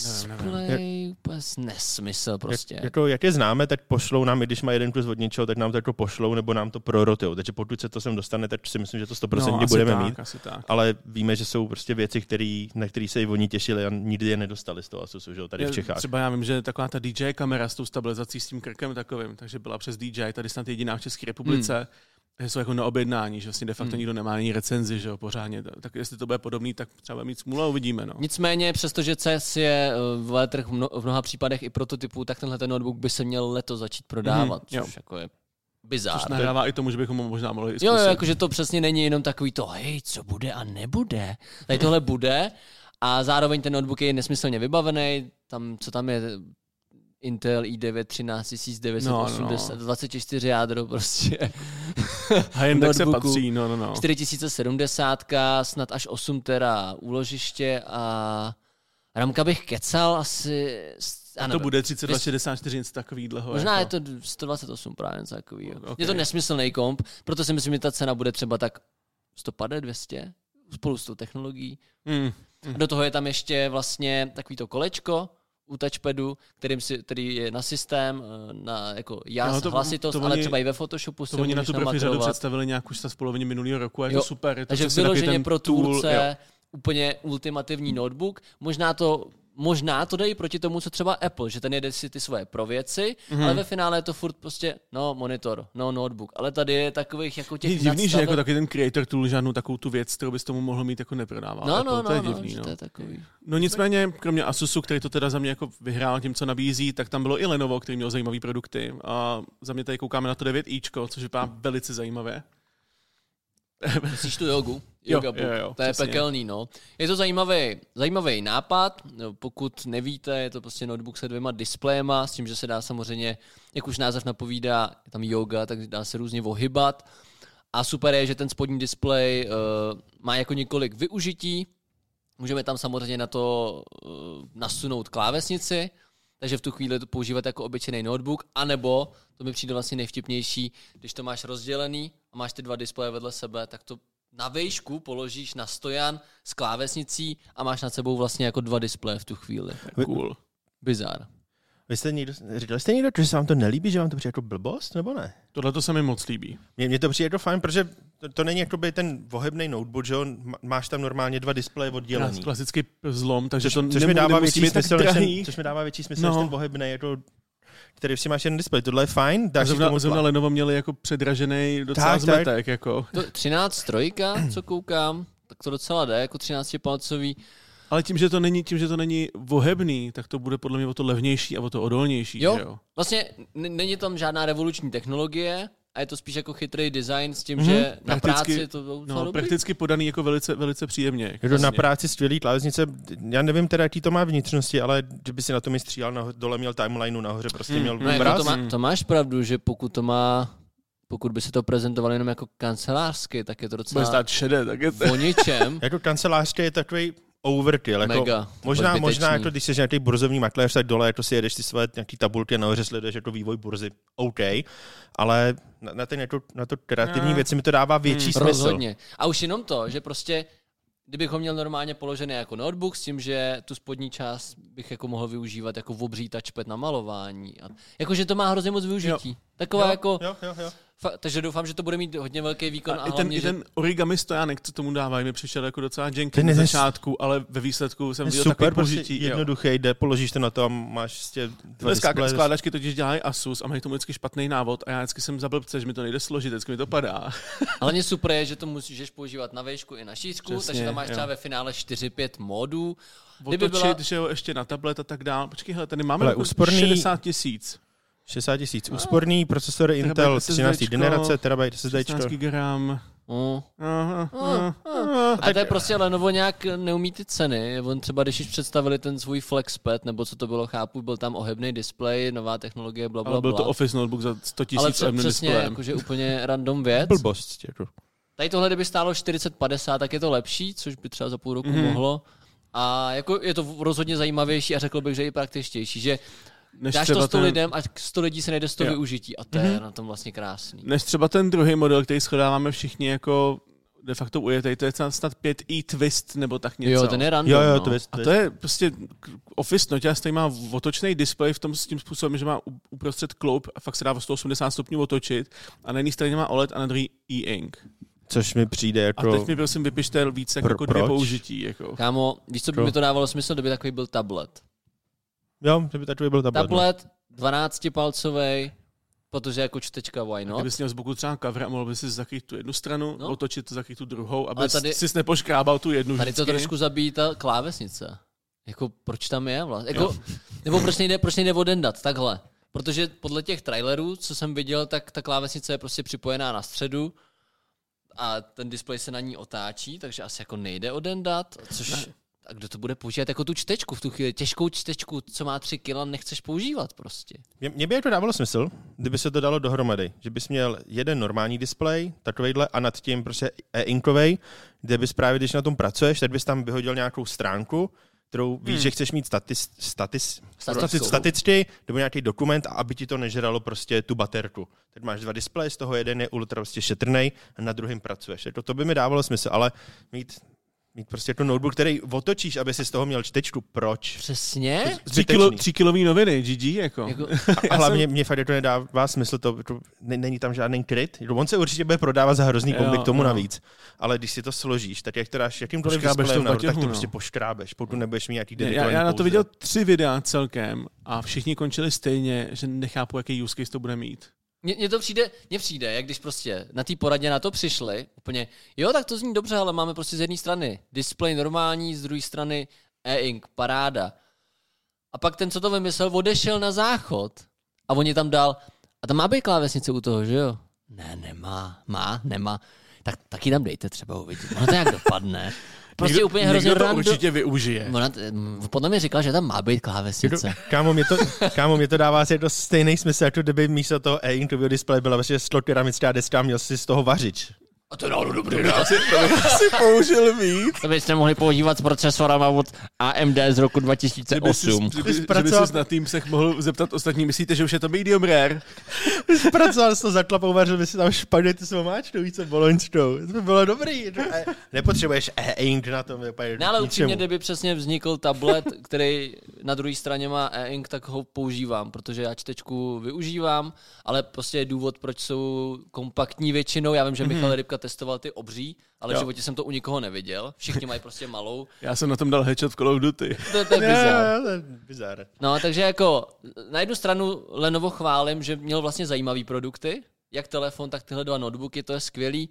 displej, úplně nesmysl prostě. Jak, jako, jak je známe, tak pošlou nám, i když má jeden plus od něčeho, tak nám to jako pošlou, nebo nám to prorotujou. Takže pokud se to sem dostane, tak si myslím, že to sto procent no, budeme tak, mít. Tak. Ale víme, že jsou prostě věci, který, na které se i oni těšili a nikdy je nedostali z toho Asusu, že tady v Čechách. Třeba já vím, že taková ta D J kamera s tou stabilizací s tím krkem takovým, takže byla přes D J, tady snad jediná v České republice. Hmm. Jsou jako na objednání, že vlastně de facto hmm. nikdo nemá ani recenzi, že jo, pořádně. Tak jestli to bude podobný, tak třeba mít smůlu a uvidíme, no. Nicméně, přestože C E S je v trh v mnoha případech i prototypů, tak tenhle ten notebook by se měl letos začít prodávat, hmm. což jako je bizár. Což nahrává i tomu, že bychom možná mohli jo, jo, jakože to přesně není jenom takový to, hej, co bude a nebude. Tady tohle bude a zároveň ten notebook je nesmyslně vybavený, tam, co tam je... Intel i devět třináct devět set osmdesát, no, no. dvacet čtyři jádro prostě. High-end se patří, no, no, no. čtyři tisíce sedmdesát, snad až osm tera úložiště a ramka bych kecal asi... A to bude třicet dva šedesát čtyři, něco takovýhleho. Možná jako. je to sto dvacet osm právě něco takovýho. Okay. Je to nesmyslný komp, proto si myslím, že ta cena bude třeba tak sto padesát, dvě stě spolu s tou technologií. Mm. Mm. A do toho je tam ještě vlastně takový to kolečko, u touchpadu, kterým si, který je na systém, na jako jas, no, to, hlasitost, to ale oni, třeba i ve Photoshopu to oni na tu profi řadu představili nějak už v polovině minulého roku a je jo, to super. Je to takže vyloženě pro tvůrce úplně ultimativní notebook. Možná to Možná to dají proti tomu, co třeba Apple, že ten jede si ty svoje pro věci, mm-hmm. ale ve finále je to furt prostě no monitor, no notebook. Ale tady je takových jako těch divný, nadstavek... že jako taky ten creator tool žádnou takovou tu věc, kterou bys tomu mohl mít, jako neprodával. No, Apple, no, to je no, divný, no, no. To je takový. No nicméně, kromě Asusu, který to teda za mě jako vyhrál tím, co nabízí, tak tam bylo i Lenovo, který měl zajímavý produkty. A za mě tady koukáme na to devět ičko, což vypadá velice zajímavě. Myslíš tu jogu? Yoga jo, jo, jo, to je přesně. Pekelný, no. Je to zajímavý, zajímavý nápad, pokud nevíte, je to prostě notebook se dvěma displejema, s tím, že se dá samozřejmě, jak už název napovídá, je tam yoga, tak dá se různě ohybat. A super je, že ten spodní displej uh, má jako několik využití, můžeme tam samozřejmě na to uh, nasunout klávesnici, takže v tu chvíli to používat jako obyčejný notebook, anebo, to mi přijde vlastně nejvtipnější, když to máš rozdělený a máš ty dva displeje vedle sebe, tak to na vejšku položíš na stojan s klávesnicí a máš nad sebou vlastně jako dva displeje v tu chvíli. Cool. Bizár. Vy jste někdo, říkali jste někdo, že se vám to nelíbí, že vám to přijde jako blbost, nebo ne? Tohle to se mi moc líbí. Mně, mně to přijde jako fajn, protože to, to není jakoby ten vohebný notebook, že on máš tam normálně dva displeje oddělený. Klasický zlom, takže což, to což mi dává větší smysl, než ten, což mi dává větší smysl, no. než ten vohebný, jako, který si máš jeden displej. Tohle je fajn. Dáš zrovna, zrovna Lenovo měli jako předražený docela tak, zmetek. Tak. Jako. To třináct trojka, co koukám, tak to docela jde, jako třináctipalcový. Ale tím, že to není, tím, že to není vohebný, tak to bude podle mě o to levnější a o to odolnější. Jo, že jo? vlastně n- není tam žádná revoluční technologie, a je to spíš jako chytrý design s tím, mm-hmm. že na prakticky, práci to docela no, dobrý. prakticky podaný jako velice, velice příjemně. Je to na práci skvělý klávesnice, já nevím teda, jaký to má vnitřnosti, ale že by si na tom i stříhal, naho- dole měl timelineu, nahoře prostě mm. měl no, obraz. Jako to, má, to máš pravdu, že pokud to má, pokud by se to prezentovalo jenom jako kancelářsky, tak je to docela bude stát šedé, tak je to. o ničem. Jako kancelářské je takový overkill. Jako Mega. Možná, možná jako, když jsi nějaký burzovní makléř, tak dole jako si jedeš ty své nějaký tabulky a nahoře sleduješ jako vývoj burzy. OK, ale na, na, ten, jako, na to kreativní no. věci mi to dává větší hmm, smysl. Rozhodně. A už jenom to, že prostě kdybych ho měl normálně položený jako notebook s tím, že tu spodní část bych jako mohl využívat jako obří touchpad na malování. A jakože to má hrozně moc využití. Jo. Taková jo, jako... Jo, jo, jo. Fa- takže doufám, že to bude mít hodně velký výkon. A, a i ten, hlavně, i že... ten origami stojánek, co tomu dávají, mi přišel jako docela janky Ten na je začátku, ale ve výsledku jsem viděl takový super, použití. prostě jednoduchý, jde, položíš to na to a máš prostě dva Tyhle skládačky totiž dělají Asus a mají tomu vždycky špatný návod a já vždycky jsem za blbce, že mi to nejde složit, vždycky mi to padá. Ale mě super je, že to musíš používat na výšku i na šířku, Přesně, takže tam máš jo. třeba ve finále čtyři pět módů. Otočit, byla... že jo, ještě na tablet a tak dál. Počkej, hele, tady máme Ale jako úsporný- šedesát tisíc. šedesát tisíc. Úsporný procesory Intel třinácté generace, terabyte S S D. šestnáct gram. Mm. Aha, Uh, aha, uh. aha. A to je prostě Lenovo nějak neumí ty ceny. On třeba, když již představili ten svůj FlexPad, nebo co to bylo, chápu, byl tam ohebný displej, nová technologie, bla, bla, Ale byl bla. to Office notebook za sto Ale tisíc přesně, displejem. jakože úplně random věc. Blbost. Jako. Tady tohle, kdyby stálo čtyřicet padesát, tak je to lepší, což by třeba za půl roku mm. mohlo. A jako je to rozhodně zajímavější a řekl bych, že i praktičtější, že Než dáš to sto ten, lidem a sto lidí se najde sto Jo. využití a to mm-hmm. je na tom vlastně krásný. Než třeba ten druhý model, který shledáváme všichni jako de facto ujetej, to je snad pět i Twist nebo tak něco. Jo, ten je random. Jo, jo, no. Twist. A to je prostě Office Noťas, který má otočný displej v tom s tím způsobem, že má uprostřed kloub a fakt se dá o sto osmdesát stupňů otočit a na jedné straně má O L E D a na druhé e-ink. Což mi přijde jako... A teď mi prosím vypište víc jako, Pro, jako dvě proč? použití. Jako. Kámo, víš, co by Pro. mi to dávalo smysl, kdyby takový byl tablet. Jo, že by takový byl tablet. Tablet, dvanáctipalcovej, protože jako čtečka, why not? Kdybys měl z boku třeba cover a mohl bys si zakrýt tu jednu stranu, No. no. otočit to, zakrýt tu druhou, aby Ale tady- jsi nepoškrábal tu jednu Tady to vždycky. trošku zabíjí ta klávesnice. Jako proč tam je vlastně? Jako, nebo proč nejde, proč nejde odendat takhle? Protože podle těch trailerů, co jsem viděl, tak ta klávesnice je prostě připojená na středu a ten displej se na ní otáčí, takže asi jako nejde odendat, což... Ne. A kdo to bude používat jako tu čtečku v tu chvíli? Těžkou čtečku, co má tři kila, nechceš používat prostě. Mě, mě by jako dávalo smysl, kdyby se to dalo dohromady. Že bys měl jeden normální displej, takovejhle, a nad tím prostě e-inkovej, kde bys právě, když na tom pracuješ, tak bys tam vyhodil nějakou stránku, kterou víš, Hmm. že chceš mít statis, statis, Statickou. staticky, nebo nějaký dokument, a aby ti to nežralo prostě tu baterku. Teď máš dva displeje, z toho jeden je ultra prostě šetrnej a na druhém pracuješ. To, to by mi dávalo smysl, ale mít Mít prostě jako notebook, který otočíš, aby si z toho měl čtečku. Proč? Přesně. Tři, kilo, tři kilový noviny, G G, jako. Jako, A hlavně mě fakt to nedává smysl, to, to není tam žádný kryt. On se určitě bude prodávat za hrozný kombi Jo, k tomu jo. navíc. Ale když si to složíš, tak jak to dáš jakýmkoliv Poškrábeš displejem to v nahoru, tak baťohu, to no. prostě poškrábeš, pokud nebudeš mít nějaký Ne, já, dedikovaný já na to pouzdro. viděl tři videa celkem a všichni končili stejně, že nechápu, jaký use case to bude mít. Mně, mně to přijde, mně přijde, jak když prostě na té poradně na to přišli, úplně, jo, tak to zní dobře, ale máme prostě z jedné strany display normální, z druhé strany e-ink, paráda. A pak ten, co to vymyslel, odešel na záchod a oni tam dal, a tam má být klávesnice u toho, že jo? Ne, nemá, má, nemá. Tak taky tam dejte třeba uvidit. Ono to jak dopadne. Prostě někdo, úplně hrozně někdo to random. určitě využije. Ona t- Potom mi říkal, že tam má být klávesnice. Kámo, mě to, kámo, mě to dává asi to stejný smysl, jako kdyby místo toho e-inkového displeje byla vlastně sklokeramická deska a měl si z toho vařič. A to je náhodou dobrý nápad. Asi použil víc. To byste mohli používat s procesorama od A M D z roku dva tisíce Že by si, osm. že by, že by Pracoval- si na Teamsech mohl zeptat ostatní, myslíte, že už je to medium rare? Pracoval jsi to zaklapou, vařil by si tam špagety s omáčkou, víc co boloňskou. To by bylo dobrý. E- Nepotřebuješ e-ink na tom. vypadá Ne, ale k upřímně, ničemu. kdyby přesně vznikl tablet, který na druhé straně má e-ink, tak ho používám, protože já čtečku využívám, ale prostě je důvod, proč jsou kompaktní většinou. Já vím, že Michal Rybka testoval ty obří, ale v Jo. životě jsem to u nikoho neviděl. Všichni mají prostě malou. Já jsem na tom dal headshot v Call of Duty. To, to je Jo, bizár. jo, to je bizár. No, takže jako na jednu stranu Lenovo chválím, že měl vlastně zajímavý produkty, jak telefon, tak tyhle dva notebooky, to je skvělý,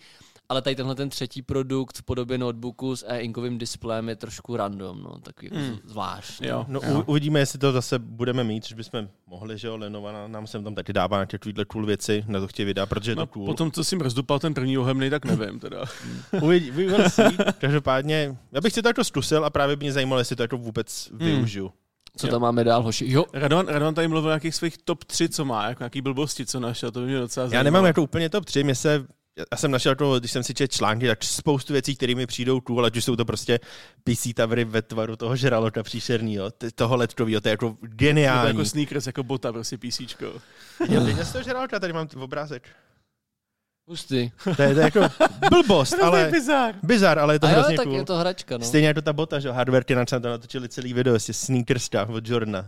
ale tady tenhle ten třetí produkt v podobě notebooku s e-inkovým displejem je trošku random, no, takový hmm. zvláštní. Jo, no, jo. Uvidíme, jestli to zase budeme mít, což bychom mohli, že jo, Lenovo nám sem tam taky dává na takovýhle tool věci, na to chtějí vydat, protože je no, to cool. Potom, co jsi rozdupal ten první ohemnej, tak nevím teda. Uvidíme, každopádně, já bych si to jako zkusil a právě by mě zajímalo, jestli to jako vůbec hmm. využiju. Co tam máme dál, hoši? Jo. Radovan, Radovan tady mluvil o nějakých svých top tři, co má, jako nějaký blbosti, co našel, to by mě docela zajímalo. Já nemám jako úplně top tři, mě se, já jsem našel to, když jsem si četl články, tak spoustu věcí, které mi přijdou tu, ale ať už jsou to prostě P C tavry ve tvaru toho žralota příšernýho, toho ledkovýho, to je jako geniální. To je jako sneakers, jako bota, prostě PCčko. Viděl jsi toho žralota, tady mám obrázek. Hustý. To je, to je jako blbost, ale bizar. bizar, ale je to a hrozně jo, tak cool. Je to hračka, no. Stejně jako ta bota, že hardwarky na to natočili celý video, jestli sneakerska od Jordana.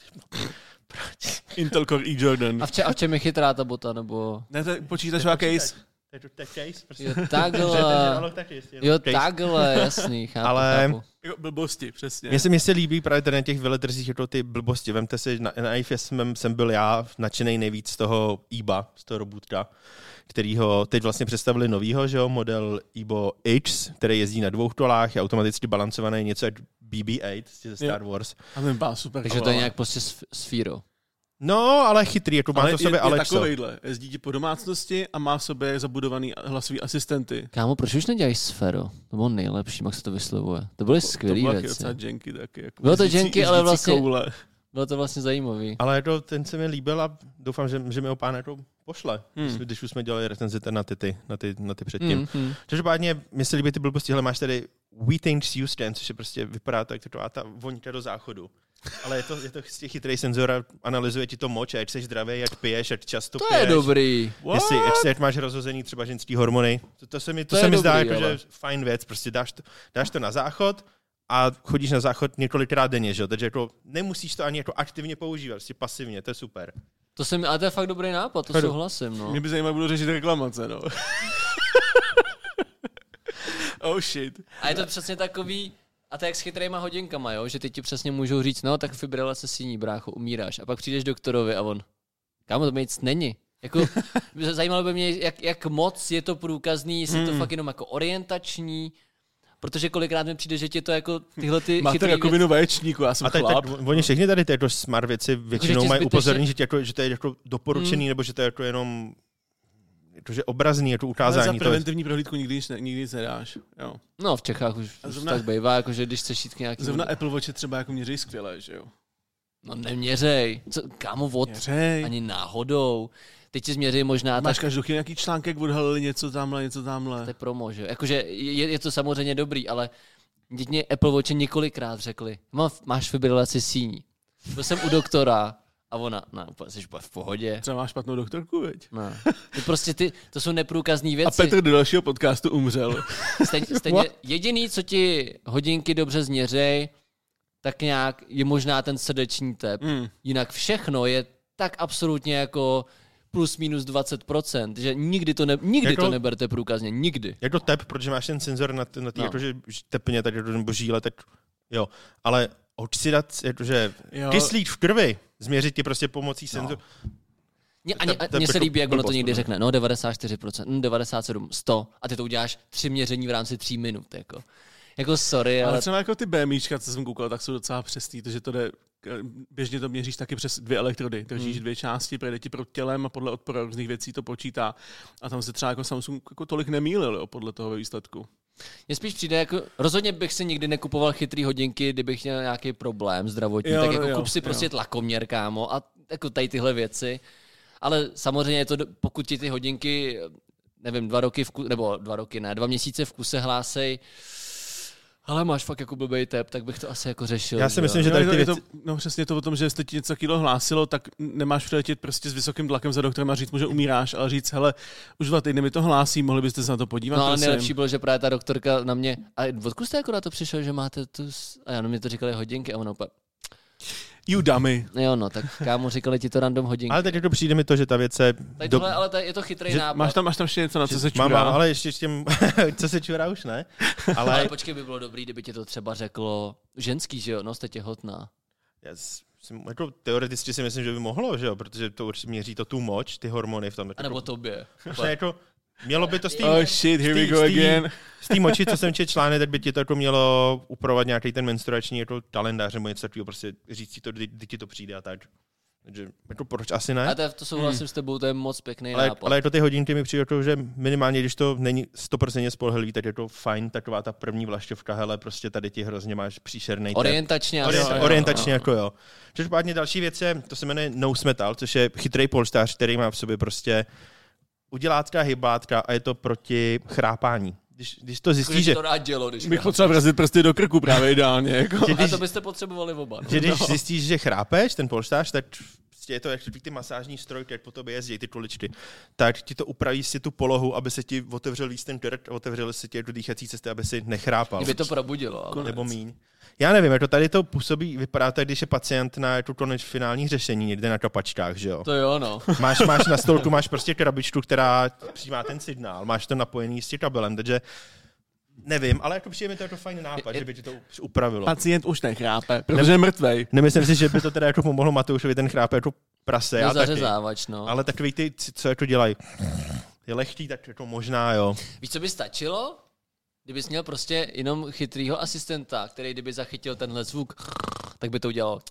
Intel Core E Jordan. A v, če- a v čem je chytrá ta bota, nebo? Ne, to je počítačová case. To je case, prostě. Jo, takhle. Jo, takhle, jasný, chápu, ale chápu. Jako blbosti, přesně. Mně se, mně se líbí právě tady na těch veletrzích jako ty blbosti. Vemte si, na, na I F S jsem, jsem byl já nadšenej nejvíc z toho E B A, z toho robůtka, kterýho teď vlastně představili novýho, že jo, model E B O X, který jezdí na dvou kolách, je automaticky balancovaný, něco jak B B osm ze Star Wars. A ten byl super. Takže to je nějak prostě sfíro. No, ale chytrý, jako má to v sobě je, Alexa. Je takovejhle, jezdí ti po domácnosti a má v sobě zabudovaný hlasový asistenty. Kámo, proč už nedělají Sfero? To bylo nejlepší, jak se to vyslovuje. To byly skvělý věci. To bylo janky taky. Jako bylo to janky, ale vlastně koule. Bylo to vlastně zajímavý. Ale jako ten se mi líbil a doufám, že, že mi ho pán jako pošle, hmm. když už jsme dělali recenzi na ty, ty, na ty, na ty předtím. Hmm, hmm. Každopádně mi se líbí ty blbosti, hele, máš tady We Things Houston, což je prostě vypadá tak taková ta voňka do záchodu. Ale je to, je to chytrý senzor a analyzuje ti to moč, ať jsi zdravý, jak piješ, jak často to piješ. To je dobrý. Jestli, jestli jak máš rozhozený třeba ženský hormony. To, to se mi, to to se mi zdá jako, že fajn věc. Prostě dáš to, dáš to na záchod a chodíš na záchod několikrát denně, že? Takže jako nemusíš to ani jako aktivně používat, prostě pasivně, to je super. To se mi, ale to je fakt dobrý nápad, to souhlasím. No. Mě by zajímalo, budu řešit reklamace, no. Oh shit. A je to přesně takový, a to jak s chytrýma hodinkama, jo? Že ty ti přesně můžou říct, no tak fibrilace síní, brácho, umíráš. A pak přijdeš doktorovi a on, kámo, to nic není. Jako, zajímalo by mě, jak, jak moc je to průkazný, jestli hmm. to fakt jenom jako orientační, protože kolikrát mi přijde, že ti to jako tyhle ty máte rakovinu vaječníku, já jsem a teď, chlap. Tak, oni všechny tady tyto smart věci většinou mají upozornění, že, jako, že to je jako doporučený, hmm. nebo že to je jako jenom jakože obrazný, jako ukázání. Ale za preventivní prohlídku nikdy nic, nikdy nic nedáš. Jo. No v Čechách už, zrovna, už tak bývá, jakože když chceš jít k nějakým... Zrovna Apple Watche třeba jako měří skvěle, že jo? No neměřej. Co, kámo, vod, měřej. Ani náhodou. Teď ti změří možná... Máš tak... každou chvíli nějaký článek, odhalili něco tamhle, něco tamhle. To je promo, že jo? Jakože je, je to samozřejmě dobrý, ale mě Apple Watch několikrát řekli, máš fibrilaci síní. Byl jsem u doktora a ona, no, úplně jsi v pohodě. Třeba máš špatnou doktorku, veď? No. To prostě ty, to jsou neprůkazný věci. A Petr do dalšího podcastu umřel. Stejně, stejně jediný, co ti hodinky dobře změřej, tak nějak je možná ten srdeční tep. Mm. Jinak všechno je tak absolutně jako plus minus dvacet procent, že nikdy to, ne, nikdy jako, to neberte průkazně, nikdy. Jako tep, protože máš ten senzor na ty, na ty no. jakože tepně, tak nebo žíle, tak jo. Ale oxidat, jakože kyslík v krvi, změřit ti prostě pomocí senzor. Mně no. se líbí, jak ono to někdy řekne, no devadesát čtyři procent, devadesát sedm procent, sto a ty to uděláš tři měření v rámci tří minut, jako. Jako sorry, ale... ale třeba jako ty BMIčka, co jsem koukal, tak jsou docela přesný, takže to jde, běžně to měříš taky přes dvě elektrody, držíš hmm. dvě části, projde ti pro tělem a podle odporu různých věcí to počítá a tam se třeba jako Samsung jako tolik nemýlil, jo, podle toho výsledku. Mně spíš přijde, jako, rozhodně bych si nikdy nekupoval chytrý hodinky, kdybych měl nějaký problém zdravotní, jo, tak jako jo, kup si jo. prostě tlakoměr, kámo, a jako tady tyhle věci, ale samozřejmě je to, pokud ti ty hodinky, nevím, dva roky, v kuse, nebo dva roky, ne, dva měsíce v kuse hlásej, ale máš fakt jako blbej tep, tak bych to asi jako řešil. Já si myslím, že tady ty věci... věci... to, no přesně to o tom, že jestli ti něco kilo hlásilo, tak nemáš přiletět prostě s vysokým tlakem za doktorem a říct mu, že umíráš, ale říct, hele, už dva týdny mi to hlásí, mohli byste se na to podívat. No ale prosím. nejlepší bylo, že právě ta doktorka na mě, a odkud jste jako na to přišel, že máte tu, a já no mě to říkali hodinky a ono úplně... You dummy. Jo no, tak kámo, říkali ti to random hodinky. Ale teď jako přijde mi to, že ta věc je... Do... Tohle, ale je to chytrý nápad. Máš tam, máš tam ještě něco, na co se čurá? Mám, ale ještě s tím, co se čurá už ne. Ale... ale počkej, by bylo dobrý, kdyby ti to třeba řeklo ženský, že jo, no jste těhotná. Já si, jako teoreticky si myslím, že by mohlo, že jo, protože to určitě měří to tu moč, ty hormony v tom. A nebo tobě. Jako, Mělo by to s tím... Oh shit, here we go again. Z té moči, co jsem četl článek, tak by ti to jako mělo upravovat nějaký ten menstruační jako kalendář nebo něco takového, prostě říct si to, kdy, kdy ti to přijde a tak. Takže jako proč asi ne? A to, to souhlasím hmm. s tebou, to je moc pěkný ale, nápad. Ale jako ty hodinky mi přijde to, že minimálně, když to není sto procent spolehlivý, tak je to fajn, taková ta první vlašťovka, hele, prostě tady ti hrozně máš příšernej orientačně. Ori- jo, orientačně jo, jako jo. Každopádně další věc je, to se jmenuje Nose Metal, což je chytrý polštář, který má v sobě prostě udělátka, hybátka a je to proti chrápání. Když, když to zjistíš, že... to rád dělo, když bych potřeboval vrazit prsty do krku právě ideálně. Jako. Když, a to byste potřebovali oba. No. Že když no. zjistíš, že chrápeš, ten polštář, tak je to jak ty masážní stroj, který po tobě jezdí, ty kuličky, tak ti to upraví si tu polohu, aby se ti otevřel víc ten krk, otevřel si ti do dýchací cesty, aby si nechrápal. Kdyby to probudilo. Ale... Nebo míň. Já nevím, jako tady to působí, vypadá to, když je pacient na tu konec finální řešení někde na kapačkách, že jo? To jo, no. Máš, máš na stolku, máš prostě krabičku, která přijímá ten signál, máš to napojený s tím kabelem, takže nevím, ale jako přijde mi to jako fajný nápad, je, že by ti to upravilo. Pacient už nechrápe, protože je mrtvej. Nemyslím si, že by to teda jako pomohlo Matoušovi, ten chrápe jako prase. No zařezávač, no. Ale takový ty, co jako dělají, je lehký, tak jako možná, jo. Víš, co by stačilo? Kdybys měl prostě jenom chytrýho asistenta, který kdyby zachytil tenhle zvuk, tak by to udělal.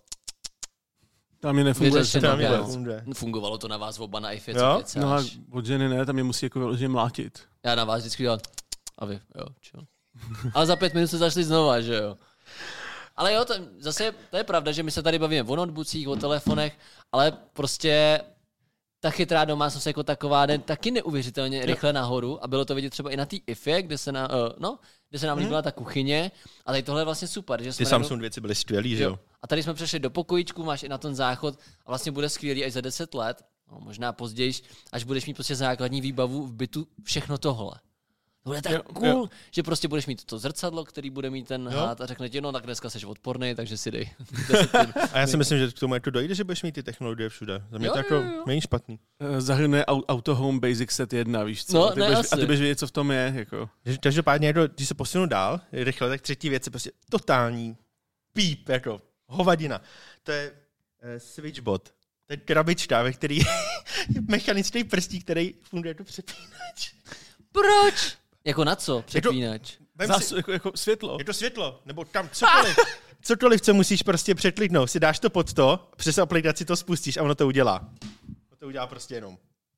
Tam je nefunguje. Tam je nefunguje. Fungovalo to na vás oba na iFě, co kecáš. No a od ženy ne, tam je musí jako vyloženě mlátit. Já na vás vždycky dělal a vy, jo, čo. Ale za pět minut se zašli znova, že jo. Ale jo, to, zase to je pravda, že my se tady bavíme o notebookích, o telefonech, ale prostě ta chytrá domácnost jako taková jde taky neuvěřitelně rychle nahoru a bylo to vidět třeba i na té ifě, kde se, na, uh, no, kde se nám líbila ta kuchyně a tady tohle je vlastně super. Že jsme ty Samsung věci byly skvělý, že jo? A tady jsme přešli do pokojíčku, máš i na ten záchod a vlastně bude skvělý až za deset let, no, možná později, až budeš mít prostě základní výbavu v bytu, všechno tohle. To bude tak jo, cool, jo. Že prostě budeš mít to zrcadlo, který bude mít ten jo. hád a řekne ti, no tak dneska jsi odporný, takže si dej. A já si myslím, že k tomu jako dojde, že budeš mít ty technologie všude. Za mě jo, to jako není špatný. Zahrnuje Auto Home Basic Set jedna, víš co? No, a, ty ne, budeš, a ty budeš vědět, co v tom je. Jako. Každopádně, když se posunu dál, rychle, tak třetí věc je prostě totální píp, jako hovadina. To je uh, SwitchBot. To je krabička, ve který je mechanický prstí, který funguje jako přepínač. Proč? Jako na co? Přepínač? Zas, jako, jako světlo. Je to světlo, nebo tam cokoliv. Cokoliv, co musíš prostě překliknout. Si dáš to pod to, přes aplikaci to spustíš a ono to udělá. Ono to udělá prostě jenom.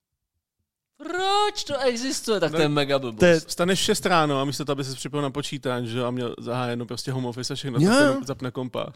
Proč to existuje? Tak no, to je mega blbost. To je, staneš v šest ráno a místo toho, aby se připojil na počítač, že, a měl zahájeno prostě home office a všechno, yeah. zapne kompa.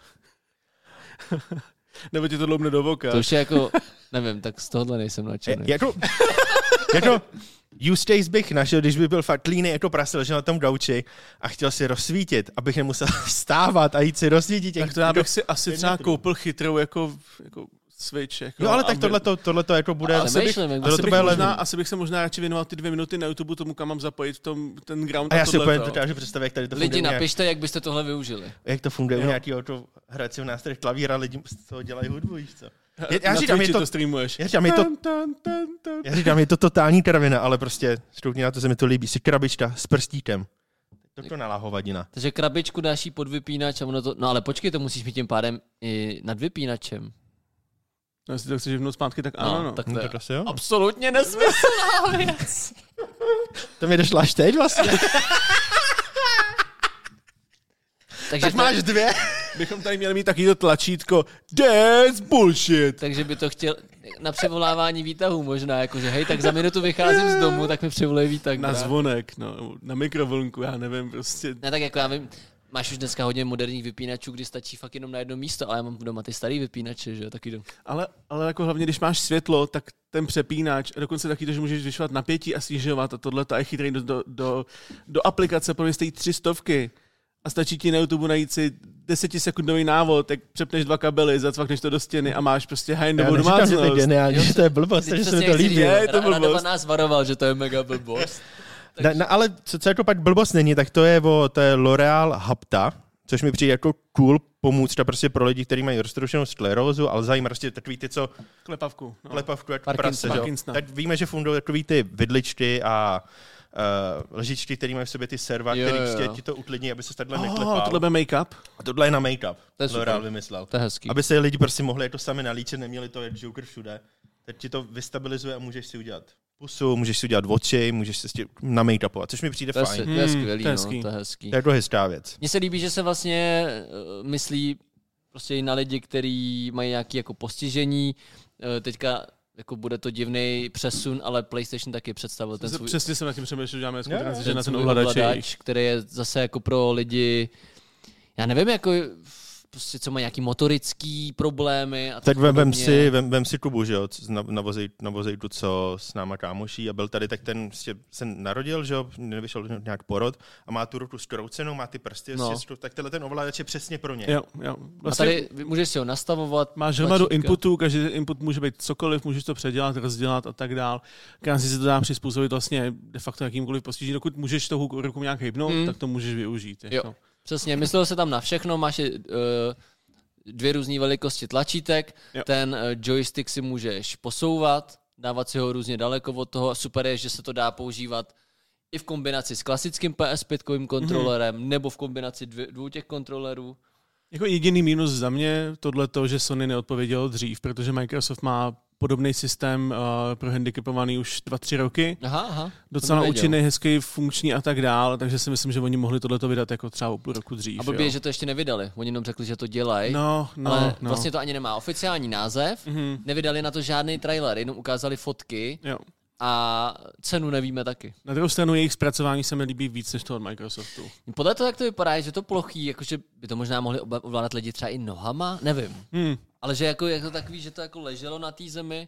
Nebo ti to dloubne do voka. To už je jako, nevím, tak z tohohle nejsem nadšený. Jako, jako use case bych našel, když by byl fakt líný jako prase, ležel na tom gauči a chtěl si rozsvítit, abych nemusel vstávat a jít si rozsvítit. Tak to já bych si asi třeba koupil chytrou jako, jako Switch. Jako, jo, ale tak tohleto, tohleto jako bude... Asi bych, asi, bych možná, asi bych se možná radši věnoval ty dvě minuty na YouTube tomu, kam mám zapojit v tom, ten ground. A já si úplně dokážu představit, jak tady to lidi, funguje. Lidi, napište, jak byste tohle využili. Jak to funguje u nějakého hracího nástroje klavíra, lidi z toho dělají hudbu, víš co? Já, já říkám, je to, to streamuješ. Já říkám, je to, já říkám, je to totální kravina, ale prostě štoukni na to, se mi to líbí. Jsi krabička s prstíkem. To nalá hovadina. Takže krabičku dáš jí pod vypínač a ono to... No ale počkej, to musíš mít tím pádem i nad vypínačem. No, jestli to chceš živnout zpátky, tak ano. No, no. Tak to, no, je tak asi jo. Absolutně nesmyslná věc. To mi došlo až teď vlastně. Takže tak to... máš dvě. Bychom tady měli mít takovýto tlačítko That's bullshit. Takže by to chtěl na převolávání výtahů možná, jakože hej, tak za minutu vycházím z domu, tak mi převolej výtah. Na zvonek, no, na mikrovlnku, já nevím, prostě. Ne, tak jako já vím, máš už dneska hodně moderních vypínačů, kdy stačí fakt jenom na jedno místo, ale já mám doma ty starý vypínače, že jo, taky. Ale, ale jako hlavně, když máš světlo, tak ten přepínač, a dokonce taky to, že můžeš vyšovat napětí a snižovat a tohle je chytrý do, do, do, do aplikace, pro mě stojí tři stovky. A stačí ti na YouTube najít si desetisekundový návod, tak přepneš dva kabely, zacvakneš to do stěny a máš prostě high-endovou domácnost. Já že to je geniální, že to je blbost, že se mi to líbí. Je to blbost. Radova nás varoval, že to je mega blbost. Takže... Na, na, ale co, co jako pak blbost není, tak to je, o, to je L'Oreal Hapta, což mi přijde jako cool pomůcta prostě pro lidi, kteří mají roztroušenou sklerózu, Alzheimer, prostě takový ty, co... Klepavku. No. Klepavku jako prase, tak víme, že fungují takový ty vidličky a Uh, lžičky, které mají v sobě ty serva, které prostě ti to uklidní, aby se takhle oh, neklepal. Tohle bude make-up? A tohle je na make-up. To je L'Oreal vymyslel. To je hezký. Aby se lidi prostě mohli jako sami nalíčit, neměli to jak Joker všude. Teď ti to vystabilizuje a můžeš si udělat pusu, můžeš si udělat oči, můžeš se na make-upovat, což mi přijde to fajn. Je, to je skvělý, to je no, to je hezký. To je to hezká věc. Mně se líbí, že se vlastně uh, myslí prostě i na lidi, kteří mají nějaké jako postižení. Uh, teďka jako bude to divný přesun, ale PlayStation taky představil ten svůj... Přesně jsem na tím přemýšlel, že dáme ten na ten ovladač, ovladač, který je zase jako pro lidi, já nevím, jako prostě co mají nějaký motorický problémy. A tak vem, vem, si, vem, vem si Kubu, že jo, na, na, vozej, na vozejtu, co s náma kámoší a byl tady, tak ten prostě se narodil, že jo, nevyšel nějak porod a má tu ruku zkroucenou, má ty prsty, no. prostě, tak tenhle ten ovladač je přesně pro ně. Jo, jo. Vlastně, a tady můžeš si ho nastavovat. Máš hromadu inputů, každý input může být cokoliv, můžeš to předělat, rozdělat a tak dál. Krásně si to dá přizpůsobit vlastně de facto jakýmkoliv postižení. Dokud můžeš tou ruku nějak hejbnout, hmm. tak to můžeš využít. Jo. Jako. Přesně, myslel se tam na všechno, máš uh, dvě různé velikosti tlačítek, jo. ten uh, joystick si můžeš posouvat, dávat si ho různě daleko od toho. Super je, že se to dá používat i v kombinaci s klasickým P S pět kontrolerem, mm-hmm. nebo v kombinaci dvě, dvou těch kontrolerů. Jako jediný mínus za mě tohle to, že Sony neodpovědělo dřív, protože Microsoft má podobný systém uh, pro handicapovaný už dva, tři roky. Aha, aha. Docela účinný, hezký, funkční a tak dál, takže si myslím, že oni mohli tohleto vydat jako třeba o půl roku dřív. A blbě, že to ještě nevydali. Oni jenom řekli, že to dělají, no, no, ale no. vlastně to ani nemá oficiální název, mm-hmm. nevydali na to žádný trailer, jenom ukázali fotky. Jo. A cenu nevíme taky. Na druhou stranu jejich zpracování se mi líbí víc než to od Microsoftu. Podle toho, jak to vypadá, že to plochý, jakože by to možná mohli ovládat lidi třeba i nohama, nevím. Hmm. Ale že jako, jako takový, že to jako leželo na té zemi,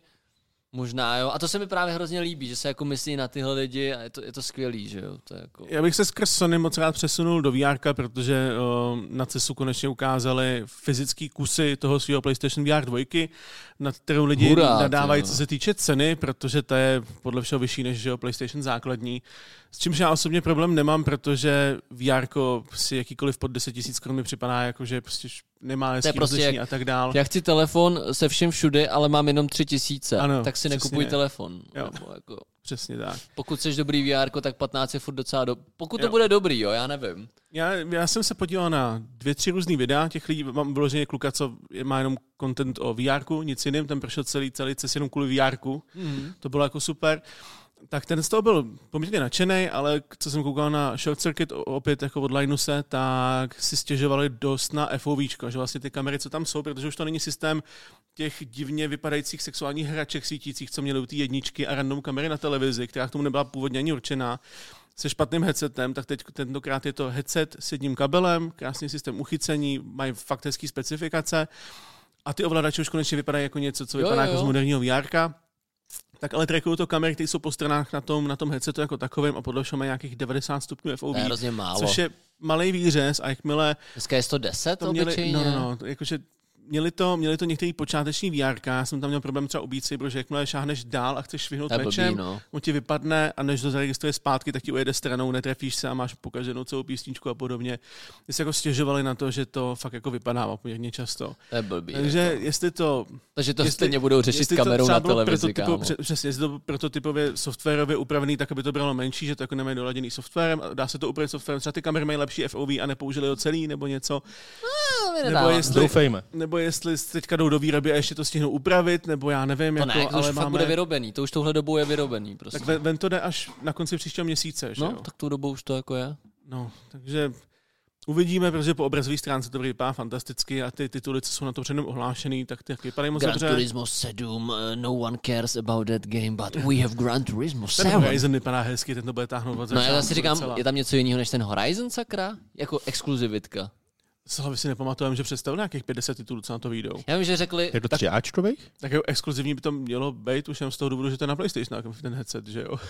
možná jo. A to se mi právě hrozně líbí, že se jako myslí na tyhle lidi a je to, je to skvělý, že jo. To je jako... Já bych se skrz Sony moc rád přesunul do V R, protože uh, na CESu konečně ukázali fyzický kusy toho svého PlayStation V R dva, nad kterou lidi Hurá, nadávají, co se týče ceny, protože to je podle všeho vyšší než že jo, PlayStation základní. S čímž já osobně problém nemám, protože V R si jakýkoliv pod deset tisíc korun mi připadá, jako, že prostě nemá hezký prostě rozlišení a tak dál. Já chci telefon se všem všude, ale mám jenom tři tisíce, ano, tak si nekupuj je. telefon. Jako, přesně tak. Pokud jsi dobrý V R, tak patnáct je furt docela do... Pokud jo. to bude dobrý, jo, já nevím. Já, já jsem se podíval na dvě, tři různý videa těch lidí, mám vyloženě kluka, co má jenom content o V R, nic jiným, ten prošel celý, celý cest jenom kvůli V R, mm-hmm. to bylo jako super. Tak ten z toho byl poměrně nadšený, ale co jsem koukal na Short Circuit opět jako od Linuse, tak si stěžovali dost na FOVčko, že vlastně ty kamery, co tam jsou, protože už to není systém těch divně vypadajících sexuálních hraček svítících, co měly u té jedničky a random kamery na televizi, která k tomu nebyla původně ani určená, se špatným headsetem, tak teď tentokrát je to headset s jedním kabelem, krásný systém uchycení, mají fakt hezký specifikace a ty ovladače už konečně vypadají jako něco, co vypadá jo, jo, jo. jako z moderního V R. Tak ale trackují to kamery, které jsou po stranách na tom, na tom headsetu jako takovým a podle všeho mají nějakých devadesát stupňů F O V. To je hrozně málo. Což je malej výřez a jakmile... Dneska je sto deset to měli, obyčejně? No, no, no, jakože měli to, měli to některý počáteční V R, já jsem tam měl problém třeba u Beat Saberu, že jakmile šáhneš dál a chceš švihnout mečem, no. on ti vypadne a než to zaregistruje zpátky, tak ti ujede stranou, netrefíš se a máš pokaženou celou písničku a podobně. Ty se jako stěžovali na to, že to fakt jako vypadá poměrně často. To je blbý. Takže jako. jestli to... Takže to stejně budou řešit kamerou na televizi, kámo. Přesně, jestli to prototypově softwarově upravený, tak aby to bralo menší, že to jako nemají doladěný softwarem, dá se to upravit softwarem, třeba ty kamery mají lepší F O V a nepoužili ho celý nebo něco. No, nebo jestli, doufejme. Nebo jestli teďka jdou do výroby a ještě to stihnou upravit, nebo já nevím. To jako, ne, to ale už máme... fakt bude vyrobený, to už touhle dobou je vyrobený. Prostě. Tak ven, ven to jde až na konci příštího měsíce. Že no, jo? tak tou dobou už to jako je. No, takže uvidíme, protože po obrazové stránce to vypadá fantasticky a ty tituly, co jsou na to předem ohlášený, tak ty vypadají moc dobře. Gran Turismo sedm, uh, no one cares about that game, but we have Gran Turismo sedm. Ten Horizon vypadá hezky, ten to bude táhnout od začátku. No já si říkám, docela. Je tam něco jiného než ten Horizon, sakra? Jako exkluzivitka. Z hlavy si nepamatujeme, že představili nějakých padesát titulů, co na to vyjdou. Já vím, že řekli... Je to tři áčkových? Tak jako exkluzivní by to mělo být, už jen z toho důvodu, že to je na PlayStation, ten headset, že jo?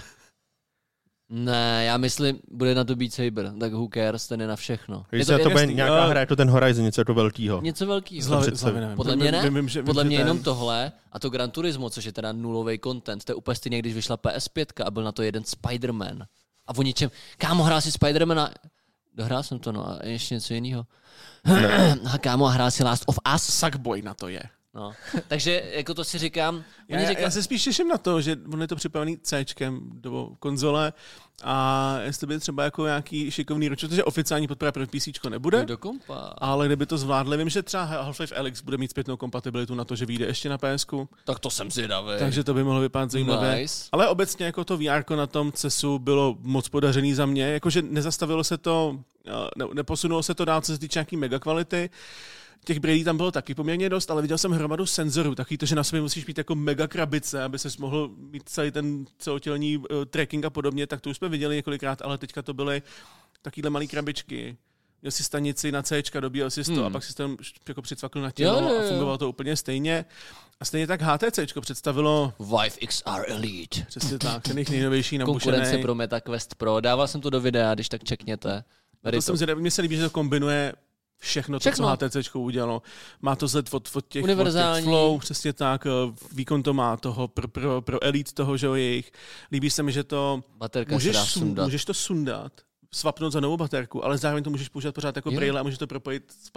Ne, já myslím, bude na to Beat Saber, tak who cares, ten je na všechno. Když to, to bude nějaká hra, je to ten Horizon, něco jako velkýho. Něco velkýho. Z hlavy, z hlavy nevím. Podle mě ne, vím, vím, že, podle vím, mě ten... jenom tohle a to Gran Turismo, což je teda nulový content, to je úplně stejně, když vyšla P S pět a byl na to jeden Spider-Man. A o ničem, kámo, hrál si Spider-Mana, dohrál jsem to, no a ještě něco jiného. A kámo, hrál si Last of Us. Sackboy na to je. No. Takže jako to si říkám... Já, říkám... já se spíš těším na to, že on je to připravený Cčkem do konzole a jestli by třeba jako nějaký šikovný roč, protože oficiální podpora pro PCčko nebude, do kompa. Ale kdyby to zvládli, vím, že třeba Half-Life Alyx bude mít zpětnou kompatibilitu na to, že vyjde ještě na PSku. Tak to jsem zvědavý. Takže to by mohlo vypadat zajímavě. Nice. Ale obecně jako to V R na tom CESu bylo moc podařený za mě, jakože nezastavilo se to, ne, neposunulo se to dál, co se týče nějaký mega kvality. Těch brailí tam bylo taky poměrně dost, ale viděl jsem hromadu senzorů, taky to, že na sobě musíš mít jako mega krabice, aby ses mohl mít celý ten celotělní uh, tracking a podobně, tak to už jsme viděli několikrát, ale teďka to byly takovýhle malý krabičky. Měl si stanici na Cčka, dobíjel si to hmm. a pak si to jako přicvakl na tělo jo, jo, jo. a fungovalo to úplně stejně. A stejně tak HTCčko představilo... Vive X R Elite. Přesně tak, ten jejich nejnovější nabušený. Konkurence pro MetaQuest Pro. Dával jsem to do videa, když tak čekněte. To jsem zvědavý, mně se líbí, že to kombinuje všechno, to, všechno. co HTCčko udělalo. Má to zhled od, od, těch, od těch flow, přesně tak, výkon to má toho, pro, pro, pro Elite toho, že jo, jejich. Líbí se mi, že to... Baterka můžeš, se dá sundat. Můžeš to sundat, swapnout za novou baterku, ale zároveň to můžeš používat pořád jako braille a můžeš to propojit s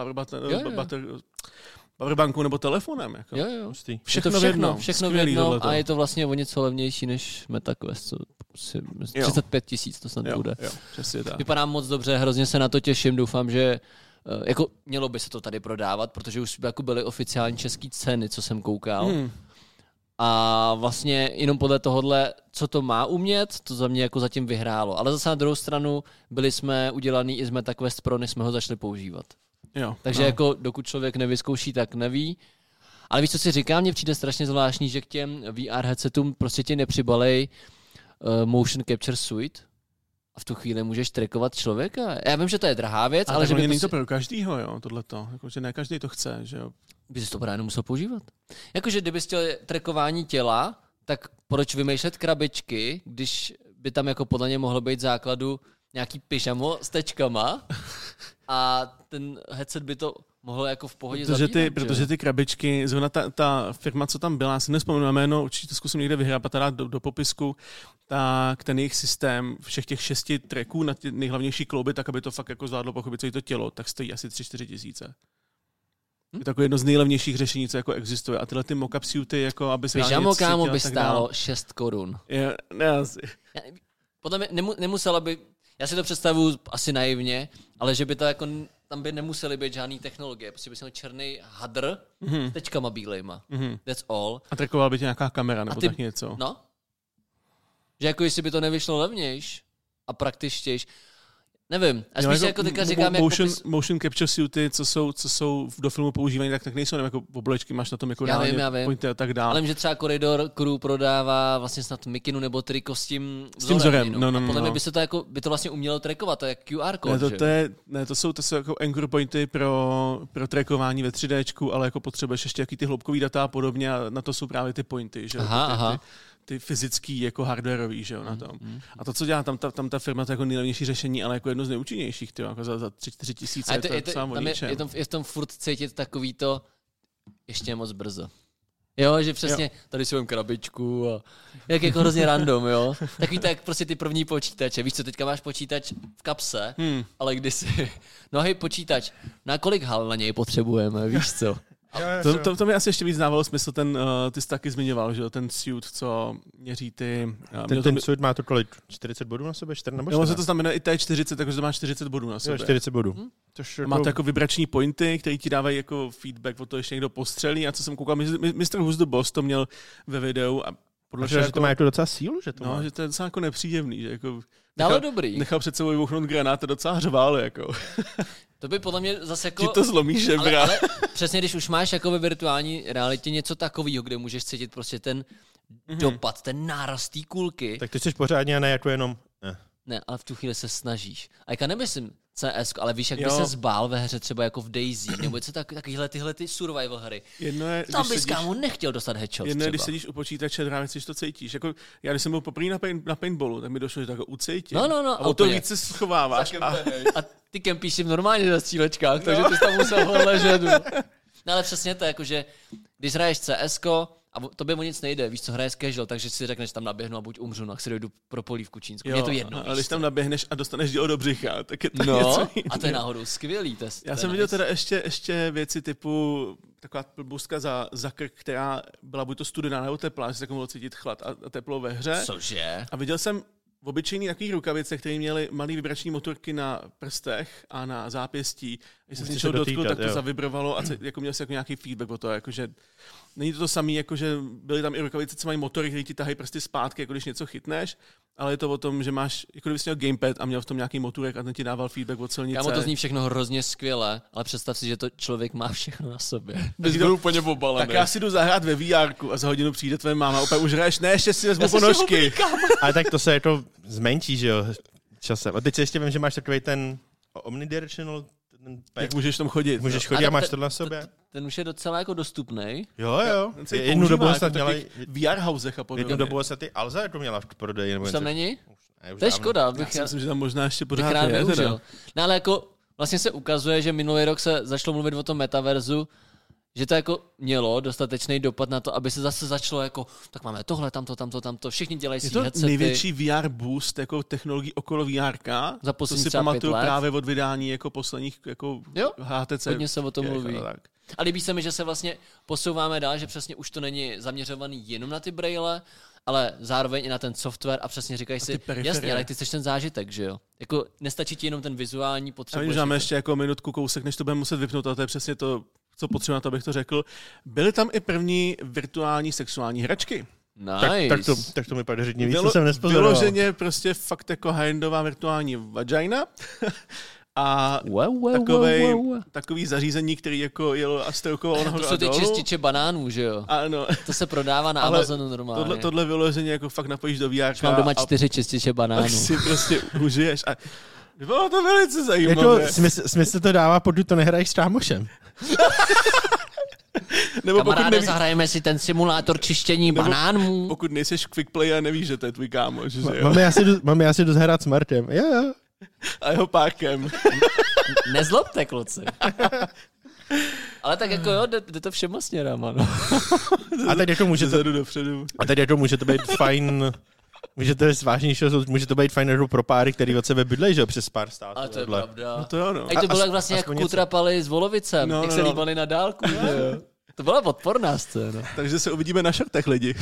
powerbankou nebo telefonem. Jako. Jo, jo. Všechno, to všechno, všechno, všechno v jednom a je to vlastně o něco levnější než MetaQuest. Co si, třicet pět tisíc to snad jo, bude. Jo, přesně tak. Vypadá moc dobře, hrozně se na to těším, doufám, že jako mělo by se to tady prodávat, protože už jako byly oficiální české ceny, co jsem koukal. Hmm. A vlastně jenom podle tohohle, co to má umět, to za mě jako zatím vyhrálo. Ale zase na druhou stranu byli jsme udělaný i z MetaQuest Pro, než jsme ho začali používat. Jo, Takže no. jako dokud člověk nevyzkouší, tak neví. Ale víš, co si říkám, mně přijde strašně zvláštní, že k těm V R headsetům prostě ti nepřibalej uh, motion capture suite. A v tu chvíli můžeš trackovat člověka. Já vím, že to je drahá věc, ale, ale že by není to, to pro každýho, jo, tohleto. Jako, že ne každý to chce, že jo. By jsi to právě nemusel používat. Jakože kdybys chtěl trackování těla, tak proč vymýšlet krabičky, když by tam jako podle mě mohlo být základu nějaký pyžamo s tečkama a ten headset by to mohlo jako v pohodě protože zabírat, ty, Protože ty krabičky, zrovna ta, ta firma, co tam byla, si nespomenu na jméno, určitě to zkusím někde vyhrápat a dát do, do popisku, tak ten jejich systém všech těch šesti tracků na ty nejhlavnější klouby, tak aby to fakt jako zvládlo pochopit celé to tělo, tak stojí asi tři čtyři tisíce. Je to jako jedno z nejlevnějších řešení, co jako existuje. A tyhle ty mock-up suity, jako aby se pyžamo, kámo, by stálo šest korun. Je, ne, asi. Podle mě nemu, nemusela by, já si to představuju asi naivně, ale že by to jako, tam by nemusely být žádný technologie. Prostě by měl černý hadr mm-hmm. s tečkama bílejma. Mm-hmm. That's all. A trackoval by tě nějaká kamera nebo ty, tak něco. No. Že jako jestli by to nevyšlo levnějš a praktičtějš, nevím. A spíš jako, jako teďka říkám, motion, jak popis... motion capture suity, co jsou, co jsou do filmu používané, tak, tak nejsou, nevím, jako oblečky, máš na tom jako já vím, já vím. pointy a tak dále. Ale vím, že třeba Corridor Crew prodává vlastně snad mikinu nebo triko s tím vzorem. S tím vzorem, no, no, a podle no. mě by se to jako, by to vlastně umělo trackovat, to je Q R kód, ne, to, že? To je, ne, to jsou, to jsou jako anchor pointy pro, pro trackování ve tři déčku, ale jako potřebuješ ještě jaký ty hloubkový data a podobně a na to jsou právě ty pointy, že? Aha, ty, aha. Ty, ty fyzický, jako hardwareový, že jo, na tom. A to, co dělá tam ta, tam ta firma, to je jako nejlevnější řešení, ale jako jedno z nejúčinnějších, tyjo, jako za, za tři čtyři tisíce, to, to je to sám o je, je, tom, je v tom furt cítit takový to ještě moc brzo. Jo, že přesně, jo. Tady si vem krabičku a jak jako hrozně random, jo. Takový tak prostě ty první počítače. Víš co, teďka máš počítač v kapse, hmm. ale kdysi, no hej, počítač, na kolik hal na něj potřebujeme, víš co? To, to, to mi asi ještě víc dávalo smysl, ten, uh, ty jsi taky zmiňoval, že ten suit, co měří ty... Uh, ten ten to... suit má to kolik? čtyřicet bodů na sebe? čtyři nebo čtyři? Jo, to znamená i T čtyřicet, takže to má čtyřicet bodů na sebe. Jo, čtyřicet bodů. Hmm? To má to jako vibrační pointy, které ti dávají jako feedback, o to ještě někdo postřelí. A co jsem koukal, mister Who's the Boss to měl ve videu a podle že jako, to má jako docela sílu, že to no, má. že to je docela jako nepříjemný, že jako... Nechal, ale dobrý. Nechal před sebou vybuchnout granát a docela řvál, jako. To by podle mě zase jako... Ti to zlomí žebra. Ale, ale přesně, když už máš jako ve virtuální realitě něco takového, kde můžeš cítit prostě ten mm-hmm. dopad, ten náraz té kulky. Tak ty chceš pořádně a ne jako jenom... Ne. Ne, ale v tu chvíli se snažíš. A já nemyslím C S, ale víš, jak jo. by se zbál ve hře třeba jako v Daisy, nebo něco tak, takovýhle tyhle ty survival hry. Jedno je, tam bys kámo nechtěl dostat headshot jedno třeba. Když sedíš u počítače, druhá věc, to cítíš. Jako, já když jsem byl poprvé na, paint, na paintballu, tak mi došlo, že tak ho ucítím. No, no, no, a o to víc se schováváš. A, a ty kempíš si normálně na střílečkách, no. Takže ty jsi tam musel ležet. No ale přesně to, jakože když hraješ C S ko A to by o nic nejde, víš co, hraje casual, takže si řekneš tam naběhnu a buď umřu, no, tak si dojdu pro polívku čínskou. Je to jedno. Ale když tam naběhneš a dostaneš dílo do břicha, tak je to no, něco a to je náhodou skvělý test. Já jsem viděl teda ještě, ještě věci typu taková blbůstka za, za krk, která byla buď to studená nebo teplá, že se mohl cítit chlad a, a teplo ve hře. Cože? A viděl jsem v obyčejný takových rukavice, které měly malé vibrační motorky na prstech a na zápěstí. Když se s něčeho dotkl, tak to jo. zavibrovalo a jako měl se jako nějaký feedback o to. Jakože, není to to samé, jakože byly tam i rukavice, co mají motory, které ti tahají prsty zpátky, jako když něco chytneš, ale je to o tom, že máš, jako kdybys měl gamepad a měl v tom nějaký motorek a ten ti dával feedback od silnice. Kámo, to zní všechno hrozně skvěle, ale představ si, že to člověk má všechno na sobě. Bys byl úplně pobalený. Tak já si jdu zahrát ve vé érku a za hodinu přijde tvoje máma, opět už hraješ, ne, ještě si vezmu ponožky. Ale tak to se jako zmenší, že jo, časem. A teď si ještě vím, že máš takový ten omnidirectional. Jak můžeš tam chodit. Můžeš chodit a máš to na sobě. Ten už je docela jako dostupný. Jo, jo. Jednu dobu snad měla V R housech a podobně. Jednu dobu se ty Alza jako měla v prodeji. Už tam není? To je škoda. Já si myslím, že tam možná ještě pořád je. No ale jako vlastně se ukazuje, že minulý rok se začalo mluvit o tom metaverzu, že to jako mělo dostatečný dopad na to, aby se zase začalo jako, tak máme tohle, tamto, tamto, tamto, všichni dělají si headsety. Je to největší V R boost jako technologií okolo VRka. Za poslední to si pamatuju právě od vydání jako posledních jako jo, H T C. Hodně se o tom je, mluví. Tak. A líbí se mi, že se vlastně posouváme dál, že přesně už to není zaměřovaný jenom na ty braille, ale zároveň i na ten software a přesně říkají si, jasně, ale ty chceš ten zážitek, že jo? Jako nestačí ti jenom ten vizuální potřeba. A my máme ještě jako minutku kousek, než to budeme muset vypnout, a to je přesně to, co potřebuji na to, abych to řekl. Byly tam i první virtuální sexuální hračky. Nice. Tak, tak, to, tak to mi pak řečně víc, Vylo, jsem nespozoroval. Vyloženě prostě fakt jako high-endová virtuální vagina. A wow, wow, takovej, wow, wow. takový zařízení, který jako jelo a stroukoval nahoru. To jsou ty dolů. čističe banánů, že jo? Ano. To se prodává na Amazonu normálně. Tohle, tohle vyloženě jako fakt napojíš do V R. Mám doma čtyři čističe banánů. Tak si prostě užiješ. A bylo to velice zajímavé. Jako smysl, smysl to dává, pokud to nehraješ s kámošem. Nebo kamaráde, neví... zahrajeme si ten simulátor čištění Nebo banánů. Pokud nejseš quick play a nevíš, že to je tvůj kámoš. Že jo? Máme asi jdu, máme asi jdu zahrát s Martem. Jo, jo. A jeho pákem. Nezlobte, kluci. Ale tak jako jo, jde, jde to všema směrama, no. A teď jako může to, dopředu. a teď jako může to být fajn, může to být vážnějšího, může to být fajn jako pro páry, který od sebe bydlejí, že jo, přes pár států. Ale to je tohle. pravda. No to jo, no. A to bylo jak vlastně, jak kutrapali s Volovicem, no, jak no, se no. líbali na dálku, že jo. To byla podporná scéna. Takže se uvidíme na šartech lidi.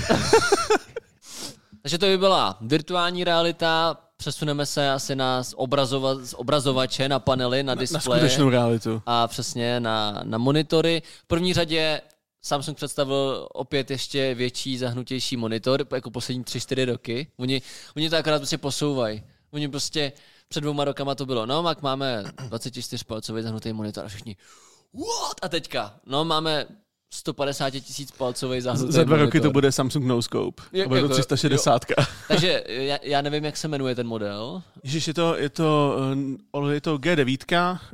Takže to by byla virtuální realita, přesuneme se asi na obrazova, obrazovače, na panely, na displeje. Na skutečnou realitu. A přesně na, na monitory. V první řadě Samsung představil opět ještě větší, zahnutější monitor, jako poslední tři čtyři roky. Oni, oni to akorát prostě posouvají. Oni prostě před dvouma rokama to bylo, no Mac, máme dvacet čtyři palcový zahnutý monitor a všichni what? A teďka, no máme sto padesát tisíc palcový zahnutý Za dva monitor. roky to bude Samsung No Scope. Je, to bude jako, to tři sta šedesát. Takže já, já nevím, jak se jmenuje ten model. Ježiš, je to, je to, je to G devět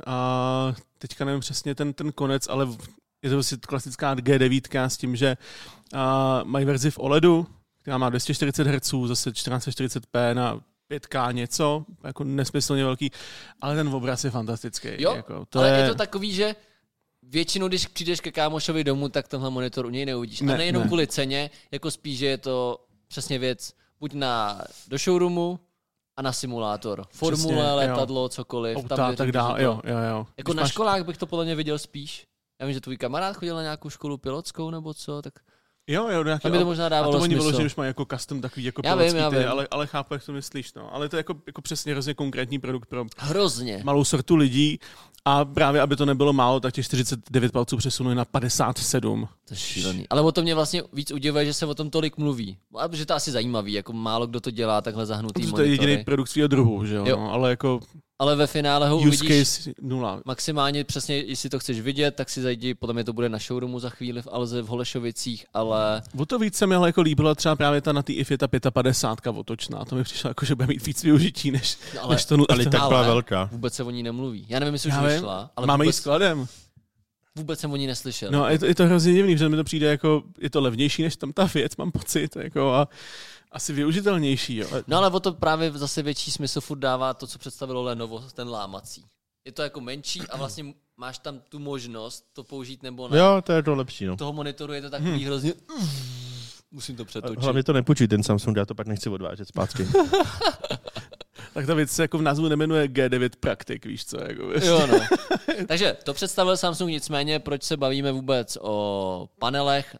a teďka nevím přesně ten, ten konec, ale je to vlastně klasická G devět s tím, že a, mají verzi v OLEDu, která má dvě stě čtyřicet hertzů, zase čtrnáct čtyřicet p na pět ká něco, jako nesmyslně velký, ale ten obraz je fantastický. Jo, jako, to ale je... je to takový, že většinou, když přijdeš ke kámošovi domů, tak tenhle monitor u něj neuvidíš. Ne, a nejenom ne. kvůli ceně, jako spíš, že je to přesně věc buď na, do showroomu a na simulátor. Formule, Přesně, letadlo, jo. cokoliv. Auta, tam tak dál, jo, jo, jo. Jako Když na máš... školách bych to podle mě viděl spíš. Já vím, že tvůj kamarád chodil na nějakou školu pilotskou nebo co, tak Jo, jo, nějaký, tam by to možná a dávalo to oni smysl. vyloženě už mají jako custom takový jako Já vím, pilotský já ty, vím. ale, ale chápu, jak to myslíš, no. Ale to je jako, jako přesně hrozně konkrétní produkt pro Hrozně. malou sortu lidí a právě, aby to nebylo málo, tak těch čtyřicet devět palců přesunuli na padesát sedm. To je šílený. Ale o to mě vlastně víc udivuje, že se o tom tolik mluví. A protože to je asi zajímavý, jako málo kdo to dělá takhle zahnutý To monitory. je jediný produkt svého druhu, že jo, Jo. no, ale jako Ale ve finále ho use uvidíš case nula. maximálně přesně, jestli to chceš vidět, tak si zajdi, podle mě to bude na showroomu za chvíli v Alze v Holešovicích, ale O to víc se mi ale jako líbila třeba právě ta na té I F I ta padesát pět otočná. To mi přišlo jako, že bude mít víc využití, než, No, ale- než to. Ale tak byla Ale- velká. vůbec se o ní nemluví. Já nevím, jestli už Já vím. vyšla, ale Máme ji vůbec, skladem. vůbec jsem o ní neslyšel. No a je to, je to hrozně divný, že mi to přijde jako, je to levnější než tam ta věc, mám pocit, jako a asi využitelnější, jo. No ale o to právě zase větší smysl furt dává to, co představilo Lenovo, ten lámací. Je to jako menší a vlastně máš tam tu možnost to použít nebo ne. Jo, to je to lepší, no. Toho monitoru je to takový hmm. hrozně musím to přetočit. Hlavně to nepůjčuj ten Samsung, já to pak nechci odvážet zpátky. Tak ta věc se jako v názvu nemenuje G devět Praktik, víš co? Jako jo, no. Takže to představil Samsung, nicméně proč se bavíme vůbec o panelech?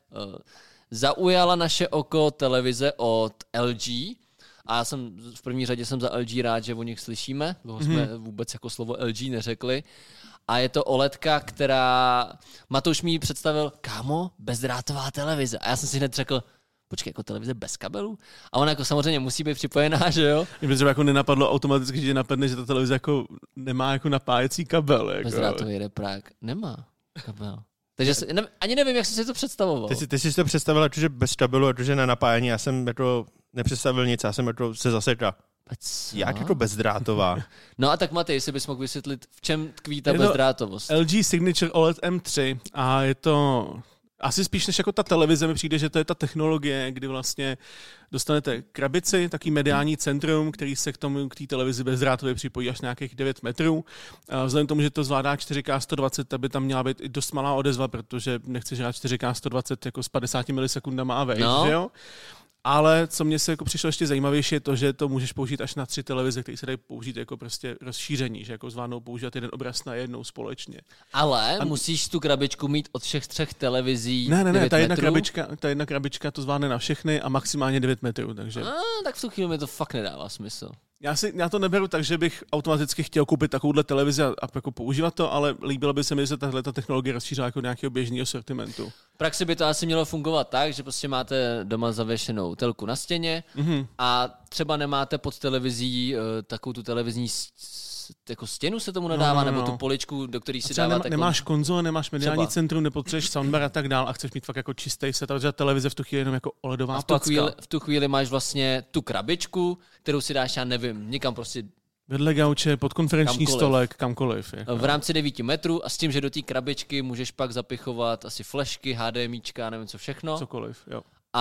Zaujala naše oko televize od L G a já jsem v první řadě jsem za L G rád, že o nich slyšíme, toho jsme mm. vůbec jako slovo L G neřekli. A je to OLEDka, která Matouš mi ji představil, kámo, bezdrátová televize. A já jsem si hned řekl, počkej, jako televize bez kabelů? A ona jako samozřejmě musí být připojená, že jo? Mě by třeba jako nenapadlo automaticky, že napadne, že ta televize jako nemá jako napájecí kabel. Jako. Bezdrátový reprák nemá kabel. Takže si, ne, ani nevím, jak jsi si to představoval. Ty, ty jsi si to představil, že bez kabelu, že na napájení. Já jsem jako nepředstavil nic, já jsem jako se zasekla. Jak jako bezdrátová? No a tak Matej, jestli bys mohl vysvětlit, v čem tkví ta bezdrátovost? L G Signature O L E D M tři a je to asi spíš než jako ta televize mi přijde, že to je ta technologie, kdy vlastně dostanete krabici, taký mediální centrum, který se k tomu k té televizi bezdrátově připojí až nějakých devět metrů. Vzhledem k tomu, že to zvládá čtyři ká sto dvacet, aby tam měla být i dost malá odezva, protože nechci žát čtyři ká sto dvacet jako s padesáti milisekundama a vejš, no. že jo? Ale co mně se jako přišlo ještě zajímavější je to, že to můžeš použít až na tři televize, které se dají použít jako prostě rozšíření, že jako zvládnou používat jeden obraz na jednou společně. Ale a musíš tu krabičku mít od všech třech televizí. Ne, ne, ne, ta jedna, krabička, ta jedna krabička to zvládne na všechny a maximálně devět metrů, takže. A, tak v tu chvíli mi to fakt nedává smysl. Já, si, já to neberu tak, že bych automaticky chtěl koupit takovouhle televizi a, a jako používat to, ale líbilo by se mi, že se tahle technologie rozšířila jako nějakého běžného sortimentu. V praxi by to asi mělo fungovat tak, že prostě máte doma zavěšenou telku na stěně mm-hmm. a třeba nemáte pod televizí uh, takovou tu televizní jako stěnu se tomu nadává, no, no, no. nebo tu poličku, do které si dáváte. Nema, nemáš konzole, nemáš mediální třeba. centrum, nepotřebuješ soundbar a tak dál a chceš mít fakt jako čistý set, takže televize v tu chvíli jenom jako OLEDová a v tu, chvíli, v tu chvíli máš vlastně tu krabičku, kterou si dáš, já nevím, někam prostě vedle gauče, pod konferenční kamkoliv. stolek, kamkoliv. Jako. V rámci devíti metrů a s tím, že do té krabičky můžeš pak zapichovat asi flashky, HDMIčka, nevím co všechno. Cokoliv, jo.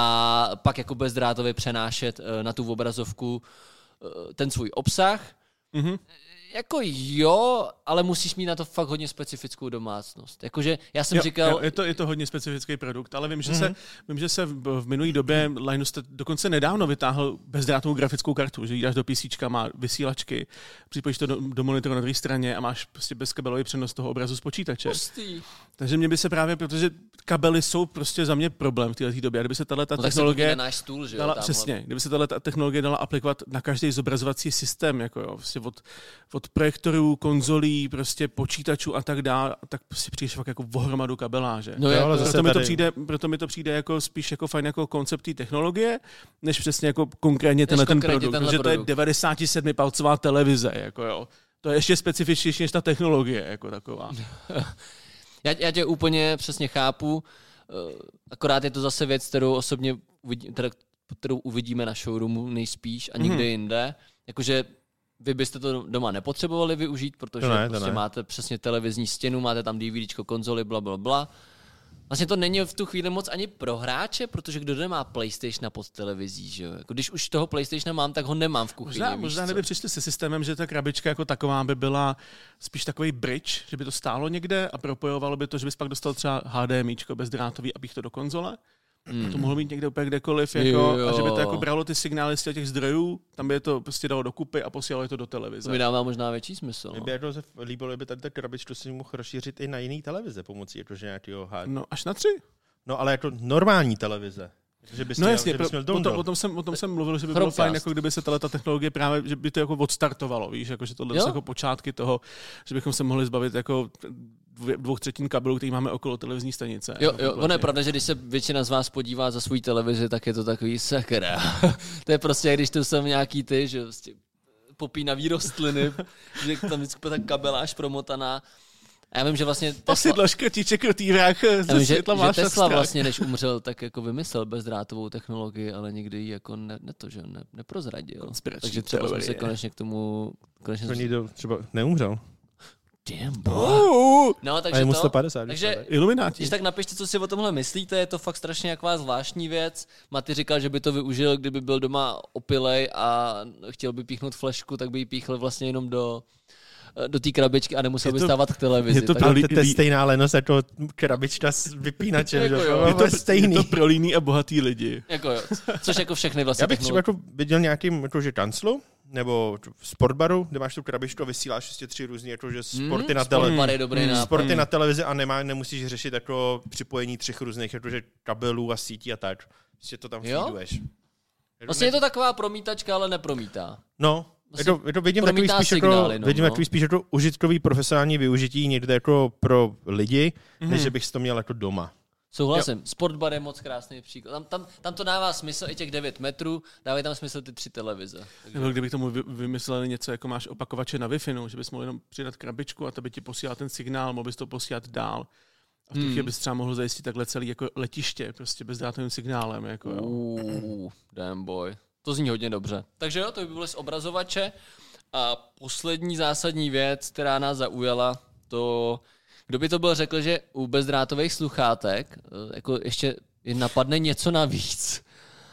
A pak jako bezdrátově přenášet na tu obrazovku ten svůj obsah. Mm-hmm. Jako jo, ale musíš mít na to fakt hodně specifickou domácnost. Jakože já jsem jo, říkal... Jo, je, to, je to hodně specifický produkt, ale vím, že mm-hmm. se, vím, že se v, v minulý době Linus dokonce nedávno vytáhl bezdrátovou grafickou kartu, že jí dáš do PCčka, má vysílačky, připojíš to do, do monitoru na druhé straně a máš prostě bezkabelový přenos toho obrazu z počítače. Pustý. Takže mě by se právě, protože kabely jsou prostě za mě problém v této době. A kdyby se tato no, technologie náš stůl, že jo, dala, přesně, kdyby se tato technologie dala aplikovat na každý zobrazovací systém, jako jo, prostě od, od projektorů, konzolí, prostě počítačů a tak dále, tak si přijdeš fakt jako ohromadu kabeláže. No, jo, proto, mi to přijde, proto mi to přijde jako spíš jako fajn jako koncept té technologie, než přesně jako konkrétně tenhle ten produkt, protože to je devadesát sedm palcová televize, jako jo. To je ještě specifičnější než ta technologie, jako taková. Já, já tě úplně přesně chápu, akorát je to zase věc, kterou osobně uvidí, teda, kterou uvidíme na showroomu nejspíš a nikde mm. jinde. Jakože vy byste to doma nepotřebovali využít, protože to ne, to prostě ne. máte přesně televizní stěnu, máte tam DVDčko, konzoli, bla, bla, bla. Vlastně to není v tu chvíli moc ani pro hráče, protože kdo nemá PlayStation pod televizí, že jo? Jako když už toho PlayStationa mám, tak ho nemám v kuchyni. Možná, možná neby přišli se systémem, že ta krabička jako taková by byla spíš takový bridge, že by to stálo někde a propojovalo by to, že bys pak dostal třeba HDMIčko bezdrátový, abych to do konzole. Hmm. A to mohlo být někde úplně kdekoliv, jako, jo, jo. a že by to jako bralo ty signály z těch zdrojů, tam by je to prostě dalo dokupy a posílalo je to do televize. To by dává možná větší smysl. Mě by jako se líbilo, kdyby tady ta krabičku si mohl rozšířit i na jiný televize pomocí jakože nějakého H D. No až na tři. No ale jako normální televize. Že bys no měl, jasně, že bys měl o, tom, o, tom jsem, o tom jsem mluvil, že by bylo fajn, jako kdyby se tato technologie právě, že by to jako odstartovalo, víš, jako, že tohle jsou jako počátky toho, že bychom se mohli zbavit jako dvou třetin kabelů, který máme okolo televizní stanice. Jo, jo, ono je pravda, že když se většina z vás podívá za svou televizi, tak je to takový sakra. To je prostě, když tu jsou nějaký ty, že prostě popínavý rostliny, že tam vždycky ta kabeláž promotaná. A já vím, že vlastně Tesla... Posidlo škrtíček rotýrák ze světla máš že Tesla vlastně, než umřel, tak jako vymyslel bezdrátovou technologii, ale nikdy ji jako ne, ne to, že ne, neprozradil. Takže třeba jsme se konečně k tomu... Konečně jsme... to třeba neumřel. Damn, boy. No, takže a je mu to, sto padesát, takže Ilumináti. Když tak napište, co si o tomhle myslíte, je to fakt strašně taková zvláštní věc. Maty říkal, že by to využil, kdyby byl doma opilej a chtěl by píchnout flešku, tak by ji píchl vlastně jenom do do té krabičky a nemusel to, by stávat k televizi. Je to, tak... pro, to je stejná lenost jako krabička s vypínačem. Jako že? jo. je, to, stejný. je to pro líný a bohatý lidi. Jako jo. Což jako všechny vlastně. Já bych třeba technolo... jako viděl nějakým jakože kanclu, nebo v sportbaru, kde máš tu krabičku a vysíláš ještě tři různý jakože sporty mm, na televizi. Sport je dobrý nápad. Sporty na televizi a nemá, nemusíš řešit jako připojení třech různých jakože kabelů a sítí a tak. Prostě to tam feeduješ. Vlastně je to taková promítačka, ale nepromítá. No, vlastně je to, je to vidím takový spíš signály, jako, no, vidím no. takový spíš jako užitkový profesionální využití někde jako pro lidi, mm-hmm. než že bych to měl jako doma. Souhlasím. Sportbar je moc krásný příklad. Tam, tam, tam to dává smysl i těch devět metrů, dávají tam smysl ty tři televize. Takže... Nebo kdybych tomu vymysleli něco, jako máš opakovače na Wi-Fi, že bys mohl jenom přidat krabičku a to by ti posílal ten signál, mohl bys to posílat dál. A v tu chvíli bys třeba mohl zajistit takhle celý jako letiště, prostě bezdrátovým signálem. Jako, jo. Uh, damn boy. To zní hodně dobře. Takže jo, to by bylo z obrazovače. A poslední zásadní věc, která nás zaujala, to... Kdo by to byl řekl, že u bezdrátových sluchátek jako ještě napadne něco navíc.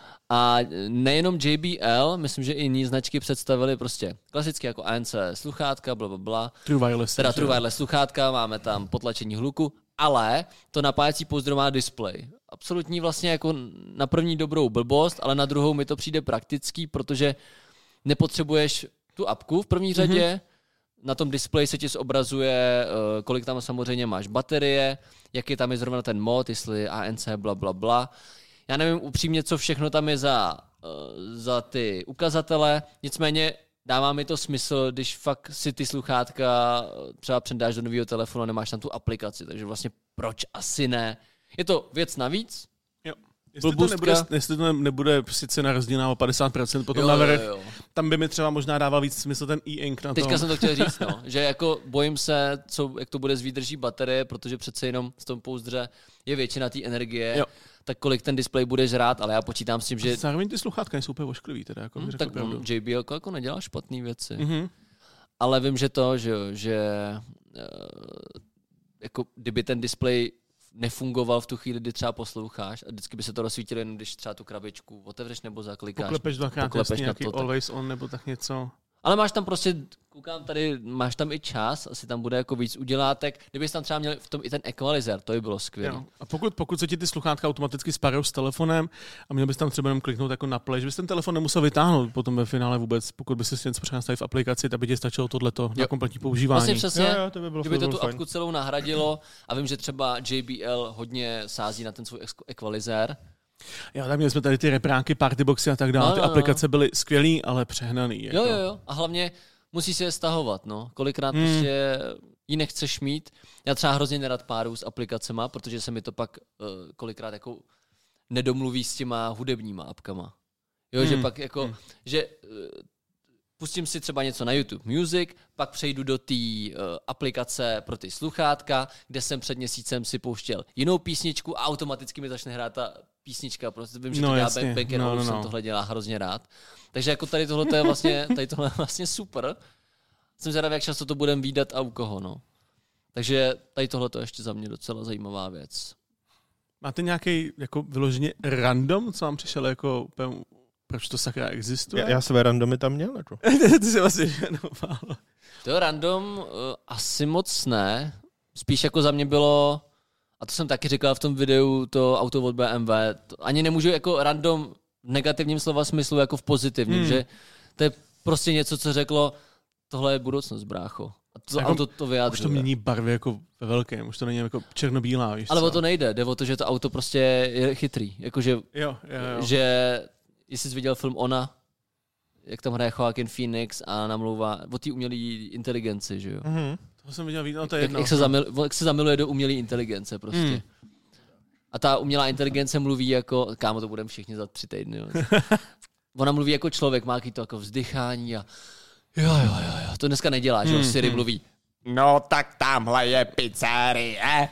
A nejenom J B L, myslím, že i jiné značky představili prostě klasicky jako A N C sluchátka, blablabla. True wireless. Teda True wireless sluchátka, máme tam potlačení hluku, ale to napájecí pouzdro má displej. Absolutní vlastně jako na první dobrou blbost, ale na druhou mi to přijde praktický, protože nepotřebuješ tu apku v první řadě, mm-hmm. Na tom displeji se ti zobrazuje, kolik tam samozřejmě máš baterie, jaký tam je zrovna ten mod, jestli A N C, bla, bla, bla. Já nevím upřímně, co všechno tam je za, za ty ukazatele, nicméně dává mi to smysl, když fakt si ty sluchátka třeba předáš do nového telefonu a nemáš tam tu aplikaci, takže vlastně proč asi ne? Je to věc navíc? Jo. Jestli to, nebude, jestli to nebude sice na rozdílná o padesát procent potom na vrch, tam by mi třeba možná dával víc smysl ten e-ink na to. Teďka jsem to chtěl říct, no, že jako bojím se, co, jak to bude s výdrží baterie, protože přece jenom v tom pouzdře je většina té energie, jo. Tak kolik ten displej bude žrát, ale já počítám s tím, že... Zároveň ty sluchátka jsou úplně ošklivý, teda, jako hmm, tak pravdu. J B L jako nedělá špatné věci. Mm-hmm. Ale vím, že to, že, že uh, jako kdyby ten displej nefungoval v tu chvíli, kdy třeba posloucháš a vždycky by se to rozsvítilo, jenom když třeba tu krabičku otevřeš nebo zaklikáš. Poklepeš dvakrát, poklepeš nějaký to, always on nebo tak něco. Ale máš tam prostě, koukám tady, máš tam i čas, asi tam bude jako víc udělátek. Kdybys tam třeba měl v tom i ten equalizer, to by bylo skvělé. A pokud, pokud se ti ty sluchátka automaticky sparujou s telefonem a měl bys tam třeba jenom kliknout jako na play, že bys ten telefon nemusel vytáhnout potom ve finále vůbec, pokud bys si něco přenastavil v aplikaci, tak by ti stačilo tohleto na kompletní používání. Vlastně přesně, jo, jo, to by bylo kdyby to tu fajn. apku celou nahradilo a vím, že třeba J B L hodně sází na ten svůj equalizer. Jo, tak měli jsme tady ty repráky, partyboxy a tak dále. No, no, ty aplikace byly skvělý, ale přehnaný. Jako. Jo, jo, jo. A hlavně musíš si je stahovat, no. Kolikrát hmm. prostě ji nechceš mít. Já třeba hrozně nerad páru s aplikacema, protože se mi to pak uh, kolikrát jako nedomluví s těma hudebníma apkama. Jo, hmm. že pak jako, hmm. že uh, pustím si třeba něco na YouTube Music, pak přejdu do té uh, aplikace pro ty sluchátka, kde jsem před měsícem si pouštěl jinou písničku a automaticky mi začne hrát ta písnička. Prostě vím, že to no, dělá Back and no, no, jsem no. tohle dělá hrozně rád. Takže jako tady tohle je vlastně, tady tohle je vlastně super. Jsem zvědavý, jak často to budeme vídat a u koho, no. Takže tady tohle je ještě za mě docela zajímavá věc. Máte nějaký jako vyloženě random, co vám přišel jako proč to sakra existuje? Já, já své randomy tam měl, jako. Ty jsi vlastně ženoval. To random uh, asi moc ne. Spíš jako za mě bylo, a to jsem taky říkal v tom videu, to auto od B M W, to ani nemůžu jako random v negativním slova smyslu, jako v pozitivním, hmm. že to je prostě něco, co řeklo, tohle je budoucnost, brácho. A to jako, auto to vyjádřuje. Už to mění barvy jako ve velkém, už to není jako černobílá, víš ale co? o to nejde, jde o to, že to auto prostě je chytrý. Jakože, jo, jo, jo. že jestli jsi viděl film Ona, jak tam hraje Joaquin Phoenix a namlouvá o té umělé inteligenci, že jo? Mm-hmm. To jsem viděl, no to je jak, jedno. Jak se, zamil, jak se zamiluje do umělé inteligence prostě. Mm. A ta umělá inteligence mluví jako, kámo, to budeme všichni za tři týdny. Jo. Ona mluví jako člověk, má to jako vzdychání a jo, jo, jo, jo. To dneska nedělá, že mm. Siri mm. mluví. No tak tamhle je pizzerie.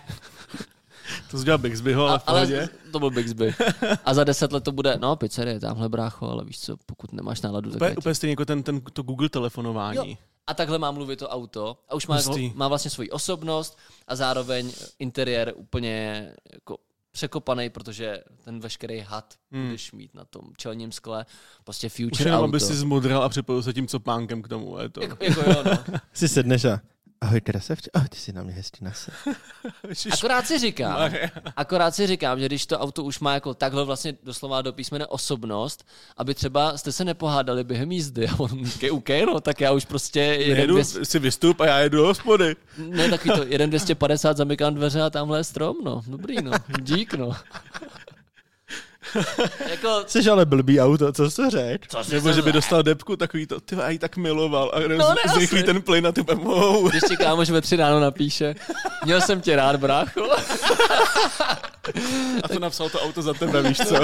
To jsi dělal Bixbyho, ale v pohodě. Ale to byl Bixby. A za deset let to bude, no pizzerie, tamhle brácho, ale víš co, pokud nemáš náladu, tak... Úplně stejně jako ten, ten, to Google telefonování. Jo. A takhle má mluvit to auto. A už má, má vlastně svoji osobnost a zároveň interiér úplně jako překopaný, protože ten veškerý had hmm. budeš mít na tom čelním skle. Prostě future Už jenom, auto. aby si zmodral a připojil se tím copánkem k tomu. Je to. Jako, jako jo, no. Si sedneš a ahoj, Krasavče, ahoj, ty si na mě hezky nase. Akorát si říkám, akorát si říkám, že když to auto už má jako takhle vlastně doslova do písmene osobnost, aby třeba jste se nepohádali během jízdy a on říká, OK, no, tak já už prostě jeden jedu, dvěstě... si vystup a já jedu do hospody. Ne, takový to, jeden dvě stě padesát, zamykám dveře a tamhle je strom, no, dobrý, no, dík, no. Jako... Jsi ale blbý auto, co jsi řek? Nebo že by dostal depku, takový to, ty já jí tak miloval a no, z, zrychlí ten plyn a ty wow. Když ti kámoš ve tři ráno napíše, měl jsem tě rád, brácho. A to napsal to auto za tebe, víš co?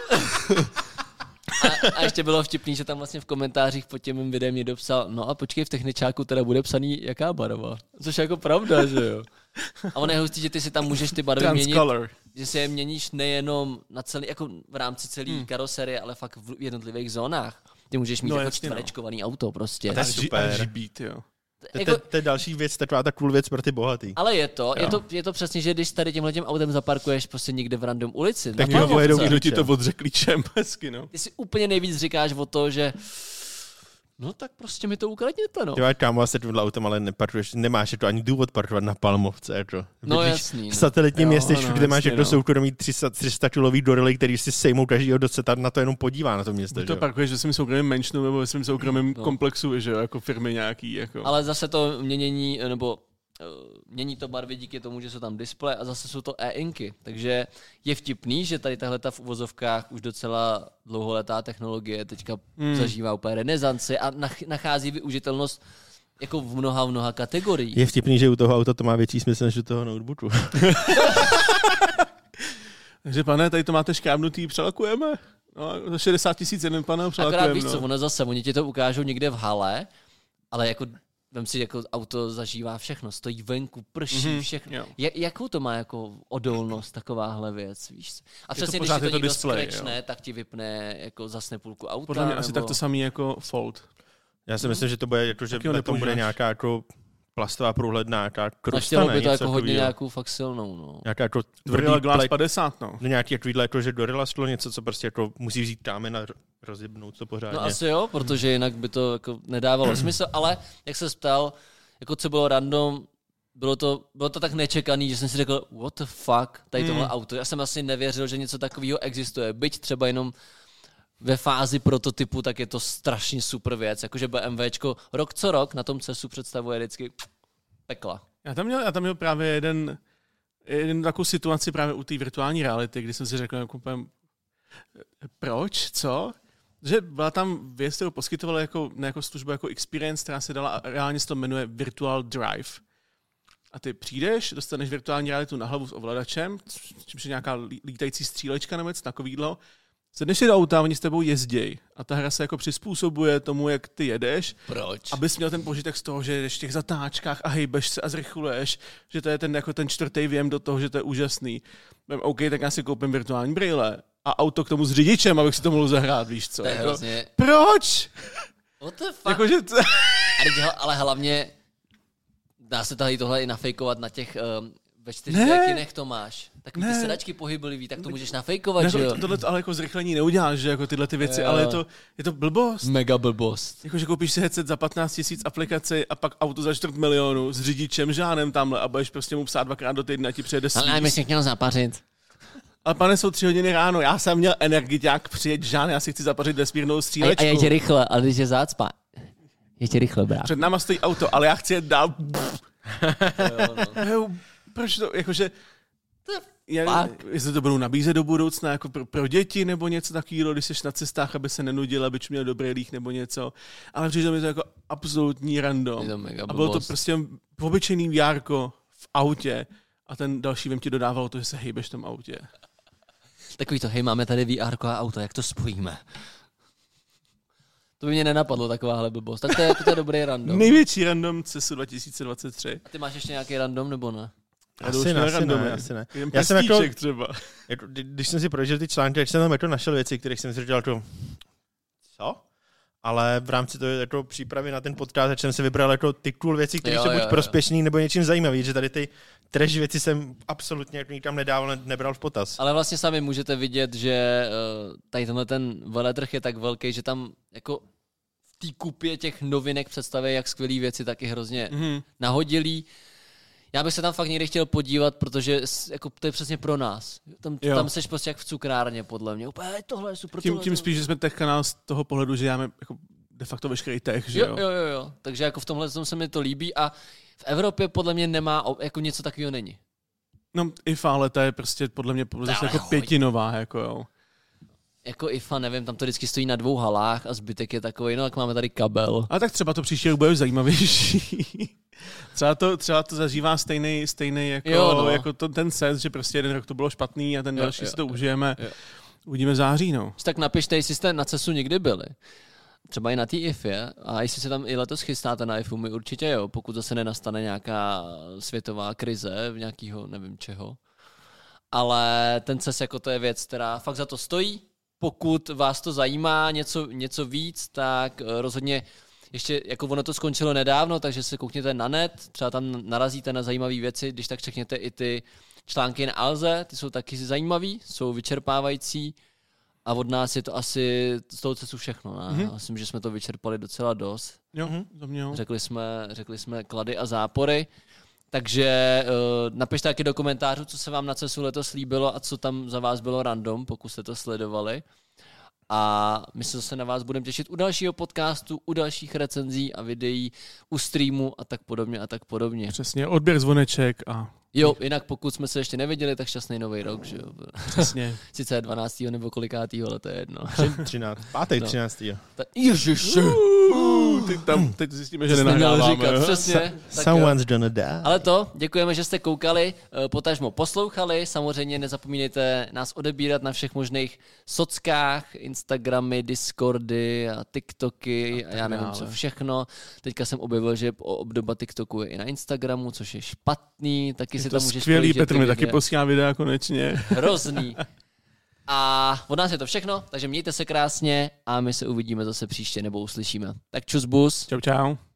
A, a ještě bylo vtipný, že tam vlastně v komentářích pod tím mým videem někdo psal, no a počkej, v techničáku teda bude psaný jaká barva. Což je jako pravda, že jo. A ono je hustý, že ty si tam můžeš ty barvy měnit, že si je měníš nejenom na celý, jako v rámci celé hmm. karoserie, ale fakt v jednotlivých zónách. Ty můžeš mít no, jako čtverečkovaný no. auto prostě. A to je super. Beat, jo. To, jako, to, to je další věc, taková ta cool věc pro ty bohatý. Ale je to, je to, je to přesně, že když tady tímhletím autem zaparkuješ prostě někde v random ulici. Tak jo, pojedou, kdo ti to odře klíčem, hezky, no. Ty si úplně nejvíc říkáš o to, že no tak prostě mi to ukradněte, no. Ty máš kámo asi tohle autem, ale neparkuješ, nemáš to ani důvod parkovat na Palmovce, jako. No jasný. V satelitním městečku, no, kde máš jasný, jako no. soukromí tři sta kilový dorily, který si sejmou každýho, kdo se tam na to jenom podívá na to město. To parkuješ ve svým soukromém mansionu nebo ve svým soukromém no. komplexu, že jo, jako firmy nějaký. Jako. Ale zase to měnění, nebo mění to barvy díky tomu, že jsou tam displeje a zase jsou to e-inky. Takže je vtipný, že tady tahle ta v uvozovkách už docela dlouholetá technologie teďka hmm. zažívá úplně renesanci a nachází využitelnost jako v mnoha, v mnoha kategoriích. Je vtipný, že u toho auta to má větší smysl než u toho notebooku. Takže pane, tady to máte škrábnutý, přelakujeme? No, za šedesát tisíc jeden pane, přelakujeme. Akorát víš no. co, ono zase, oni ti to ukážou někde v hale, ale jako vem si, jako auto zažívá všechno, stojí venku, prší, mm-hmm, všechno. Jak, jakou to má jako odolnost takováhle věc, víš? A přesně, když si to někdo display, skrečne, tak ti vypne jako zasne půlku auta. Podle mě nebo... asi tak to samý jako Fold. Já si myslím, že to bude, jako, že to bude nějaká jako plastová průhledná, nějaká krusta, ne? by to jako hodně nějakou fakt silnou, no. Nějaká jako Gorilla Glass padesát, no. Nějaký jako, jako že Gorilla sklo něco, co prostě jako musí vzít kámen a rozjebnout to pořádně. No asi jo, protože jinak by to jako nedávalo smysl, ale jak se ptal, jako co bylo random, bylo to, bylo to tak nečekaný, že jsem si řekl, what the fuck, tady tohle hmm. auto. Já jsem asi nevěřil, že něco takového existuje, byť třeba jenom ve fázi prototypu, tak je to strašně super věc. Jakože BMWčko rok co rok na tom cesu představuje vždycky pekla. Já tam měl, já tam měl právě jeden, jeden takovou situaci právě u té virtuální reality, kdy jsem si řekl, jako, proč, co? Že byla tam věc, kterou poskytovala jako, ne jako službu, jako experience, která se dala, reálně se to jmenuje Virtual Drive. A ty přijdeš, dostaneš virtuální realitu na hlavu s ovladačem, čímž je nějaká lítající střílečka nebo něco takovýhle. Sedneš si do auta, oni s tebou jezdějí a ta hra se jako přizpůsobuje tomu, jak ty jedeš. Proč? Abys měl ten požitek z toho, že jedeš v těch zatáčkách a hejbeš se a zrychluješ, že to je ten, jako ten čtvrtý věm do toho, že to je úžasný. Vím, OK, tak já si koupím virtuální brýle a auto k tomu s řidičem, abych si to mohl zahrát, víš co? To je jako, hrozně... Proč? What the fuck? Jako, že to... Ale hlavně dá se tady tohle i nafejkovat na těch... Um... Ve čtyřděkinech to máš. Takový ty sedačky pohyblivý, tak to můžeš nafejkovat, ne, že jo? To, tohle ale jako zrychlení neuděláš, že jako tyhle ty věci, jo. Ale je to, je to blbost. Mega blbost. Jako, že koupíš si headset za patnáct tisíc aplikaci a pak auto za čtvrt milionu s řidičem žádným tamhle a budeš prostě mu psát dvakrát do týdne a ti přijede svíz. Ale já bych si chtěl zapařit. Ale pane, jsou tři hodiny ráno, já jsem měl energiťák přijet žádný, já si chci zapařit vesmírnou střílečku. A, a jeď rychle, ale když je zácpa, jeď rychle, brát. Před náma stojí auto, ale já chci jet dál. Jo, no. Proč to, jakože... Já, jestli to budou nabízet do budoucna jako pro, pro děti nebo něco takového, když jsi na cestách, aby se nenudil, aby měl dobrý líh nebo něco. Ale přišlo mi to jako absolutní random. A bylo to prostě obyčejný V R v autě a ten další vem ti dodával to, že se hejbeš v tom autě. Takový to, hej, máme tady V R a auto, jak to spojíme? To by mě nenapadlo, takováhle blbost. Tak to je, to je dobrý random. Největší random C E S U dva tisíce dvacet tři. A ty máš ještě nějaký random, nebo ne? Asi ne, asi ne, asi ne. Já jsem jako, třeba. Jako, když jsem si prožil ty články, tak jsem tam jako našel věci, kterých jsem si říkal, jako, co? ale v rámci toho jako přípravy na ten podcast jsem si vybral jako ty cool věci, které Jo, jsou buď jo, jo. prospěšný nebo něčím zajímavý, že tady ty trash věci jsem absolutně jako nikam nedával, ne- nebral v potaz. Ale vlastně sami můžete vidět, že uh, tady tenhle ten veletrh je tak velký, že tam jako v té kupě těch novinek představí jak skvělý věci, tak i hrozně Mhm. nahodilý. Já bych se tam fakt někdy chtěl podívat, protože s- jako, to je přesně pro nás. Tam, Jo. tam seš prostě jak v cukrárně, podle mě. Úplně, "Hej, tohle je super, Tím, tohle, tím tohle." spíš, že jsme tech kanál z toho pohledu, že děláme jako de facto veškerý tech, že Jo, jo? jo, jo, jo. Takže jako v tomhle tom se mi to líbí a v Evropě podle mě nemá, o- jako něco takového není. No I F A, ale ta je prostě podle mě zase Ale jako chodí. pětinová, jako jo. Jako I F A, nevím, tam to vždycky stojí na dvou halách a zbytek je takový, no tak máme tady kabel. Ale tak třeba to příští rok bude už zajímavější. třeba, to, třeba to zažívá stejný, stejný jako, Jo, no. jako to, ten set, že prostě jeden rok to bylo špatný a ten Jo, další jo, si to jo, užijeme. jo. Uvidíme v září, no. Tak napište, jestli jste na cestu někdy byli. Třeba i na té I Fě. A jestli se tam i letos chystáte na I F U, my určitě jo, pokud zase nenastane nějaká světová krize, nějakého nevím čeho. Ale ten C E S jako to je věc, která fakt za to stojí. Pokud vás to zajímá něco, něco víc, tak eh, rozhodně ještě, jako ono to skončilo nedávno, takže se koukněte na net, třeba tam narazíte na zajímavé věci, když tak čekněte i ty články na Alze, ty jsou taky zajímavý, jsou vyčerpávající a od nás je to asi z toho cestu všechno. Ne? Mhm. Mm-hmm. Myslím, že jsme to vyčerpali docela dost. Jo, Mhm. za mě jo. Řekli jsme, řekli jsme klady a zápory. Takže uh, napište taky do komentářů, co se vám na cestu letos líbilo a co tam za vás bylo random, pokud jste to sledovali. A my se zase na vás budeme těšit u dalšího podcastu, u dalších recenzí a videí, u streamu a tak podobně a tak podobně. Přesně, odběr zvoneček a Jo, jinak pokud jsme se ještě neviděli, tak šťastný nový rok, že jo. přesně. Sice je dvanáctého nebo kolikátýho, ale to je jedno. třináct, pátý, No. třináctý. Ta- Ježiši! Uh, ty tam, teď zjistíme, že To jsi neměl nenahráváme. říkat, jo? přesně. Tak jo. Someone's gonna die. Ale to, děkujeme, že jste koukali, eh, potažmo poslouchali, samozřejmě nezapomínejte nás odebírat na všech možných sockách, Instagramy, Discordy a TikToky a, A tak já nevím dále. co všechno. Teďka jsem objevil, že obdoba TikToku je i na Instagramu, což je špatný, taky Je si to tam můžeš skvělý, projíždět Petr ty mi taky videa. posílá videa konečně. Hrozný. A od nás je to všechno, takže mějte se krásně a my se uvidíme zase příště nebo uslyšíme. Tak čus bus. Čau, čau.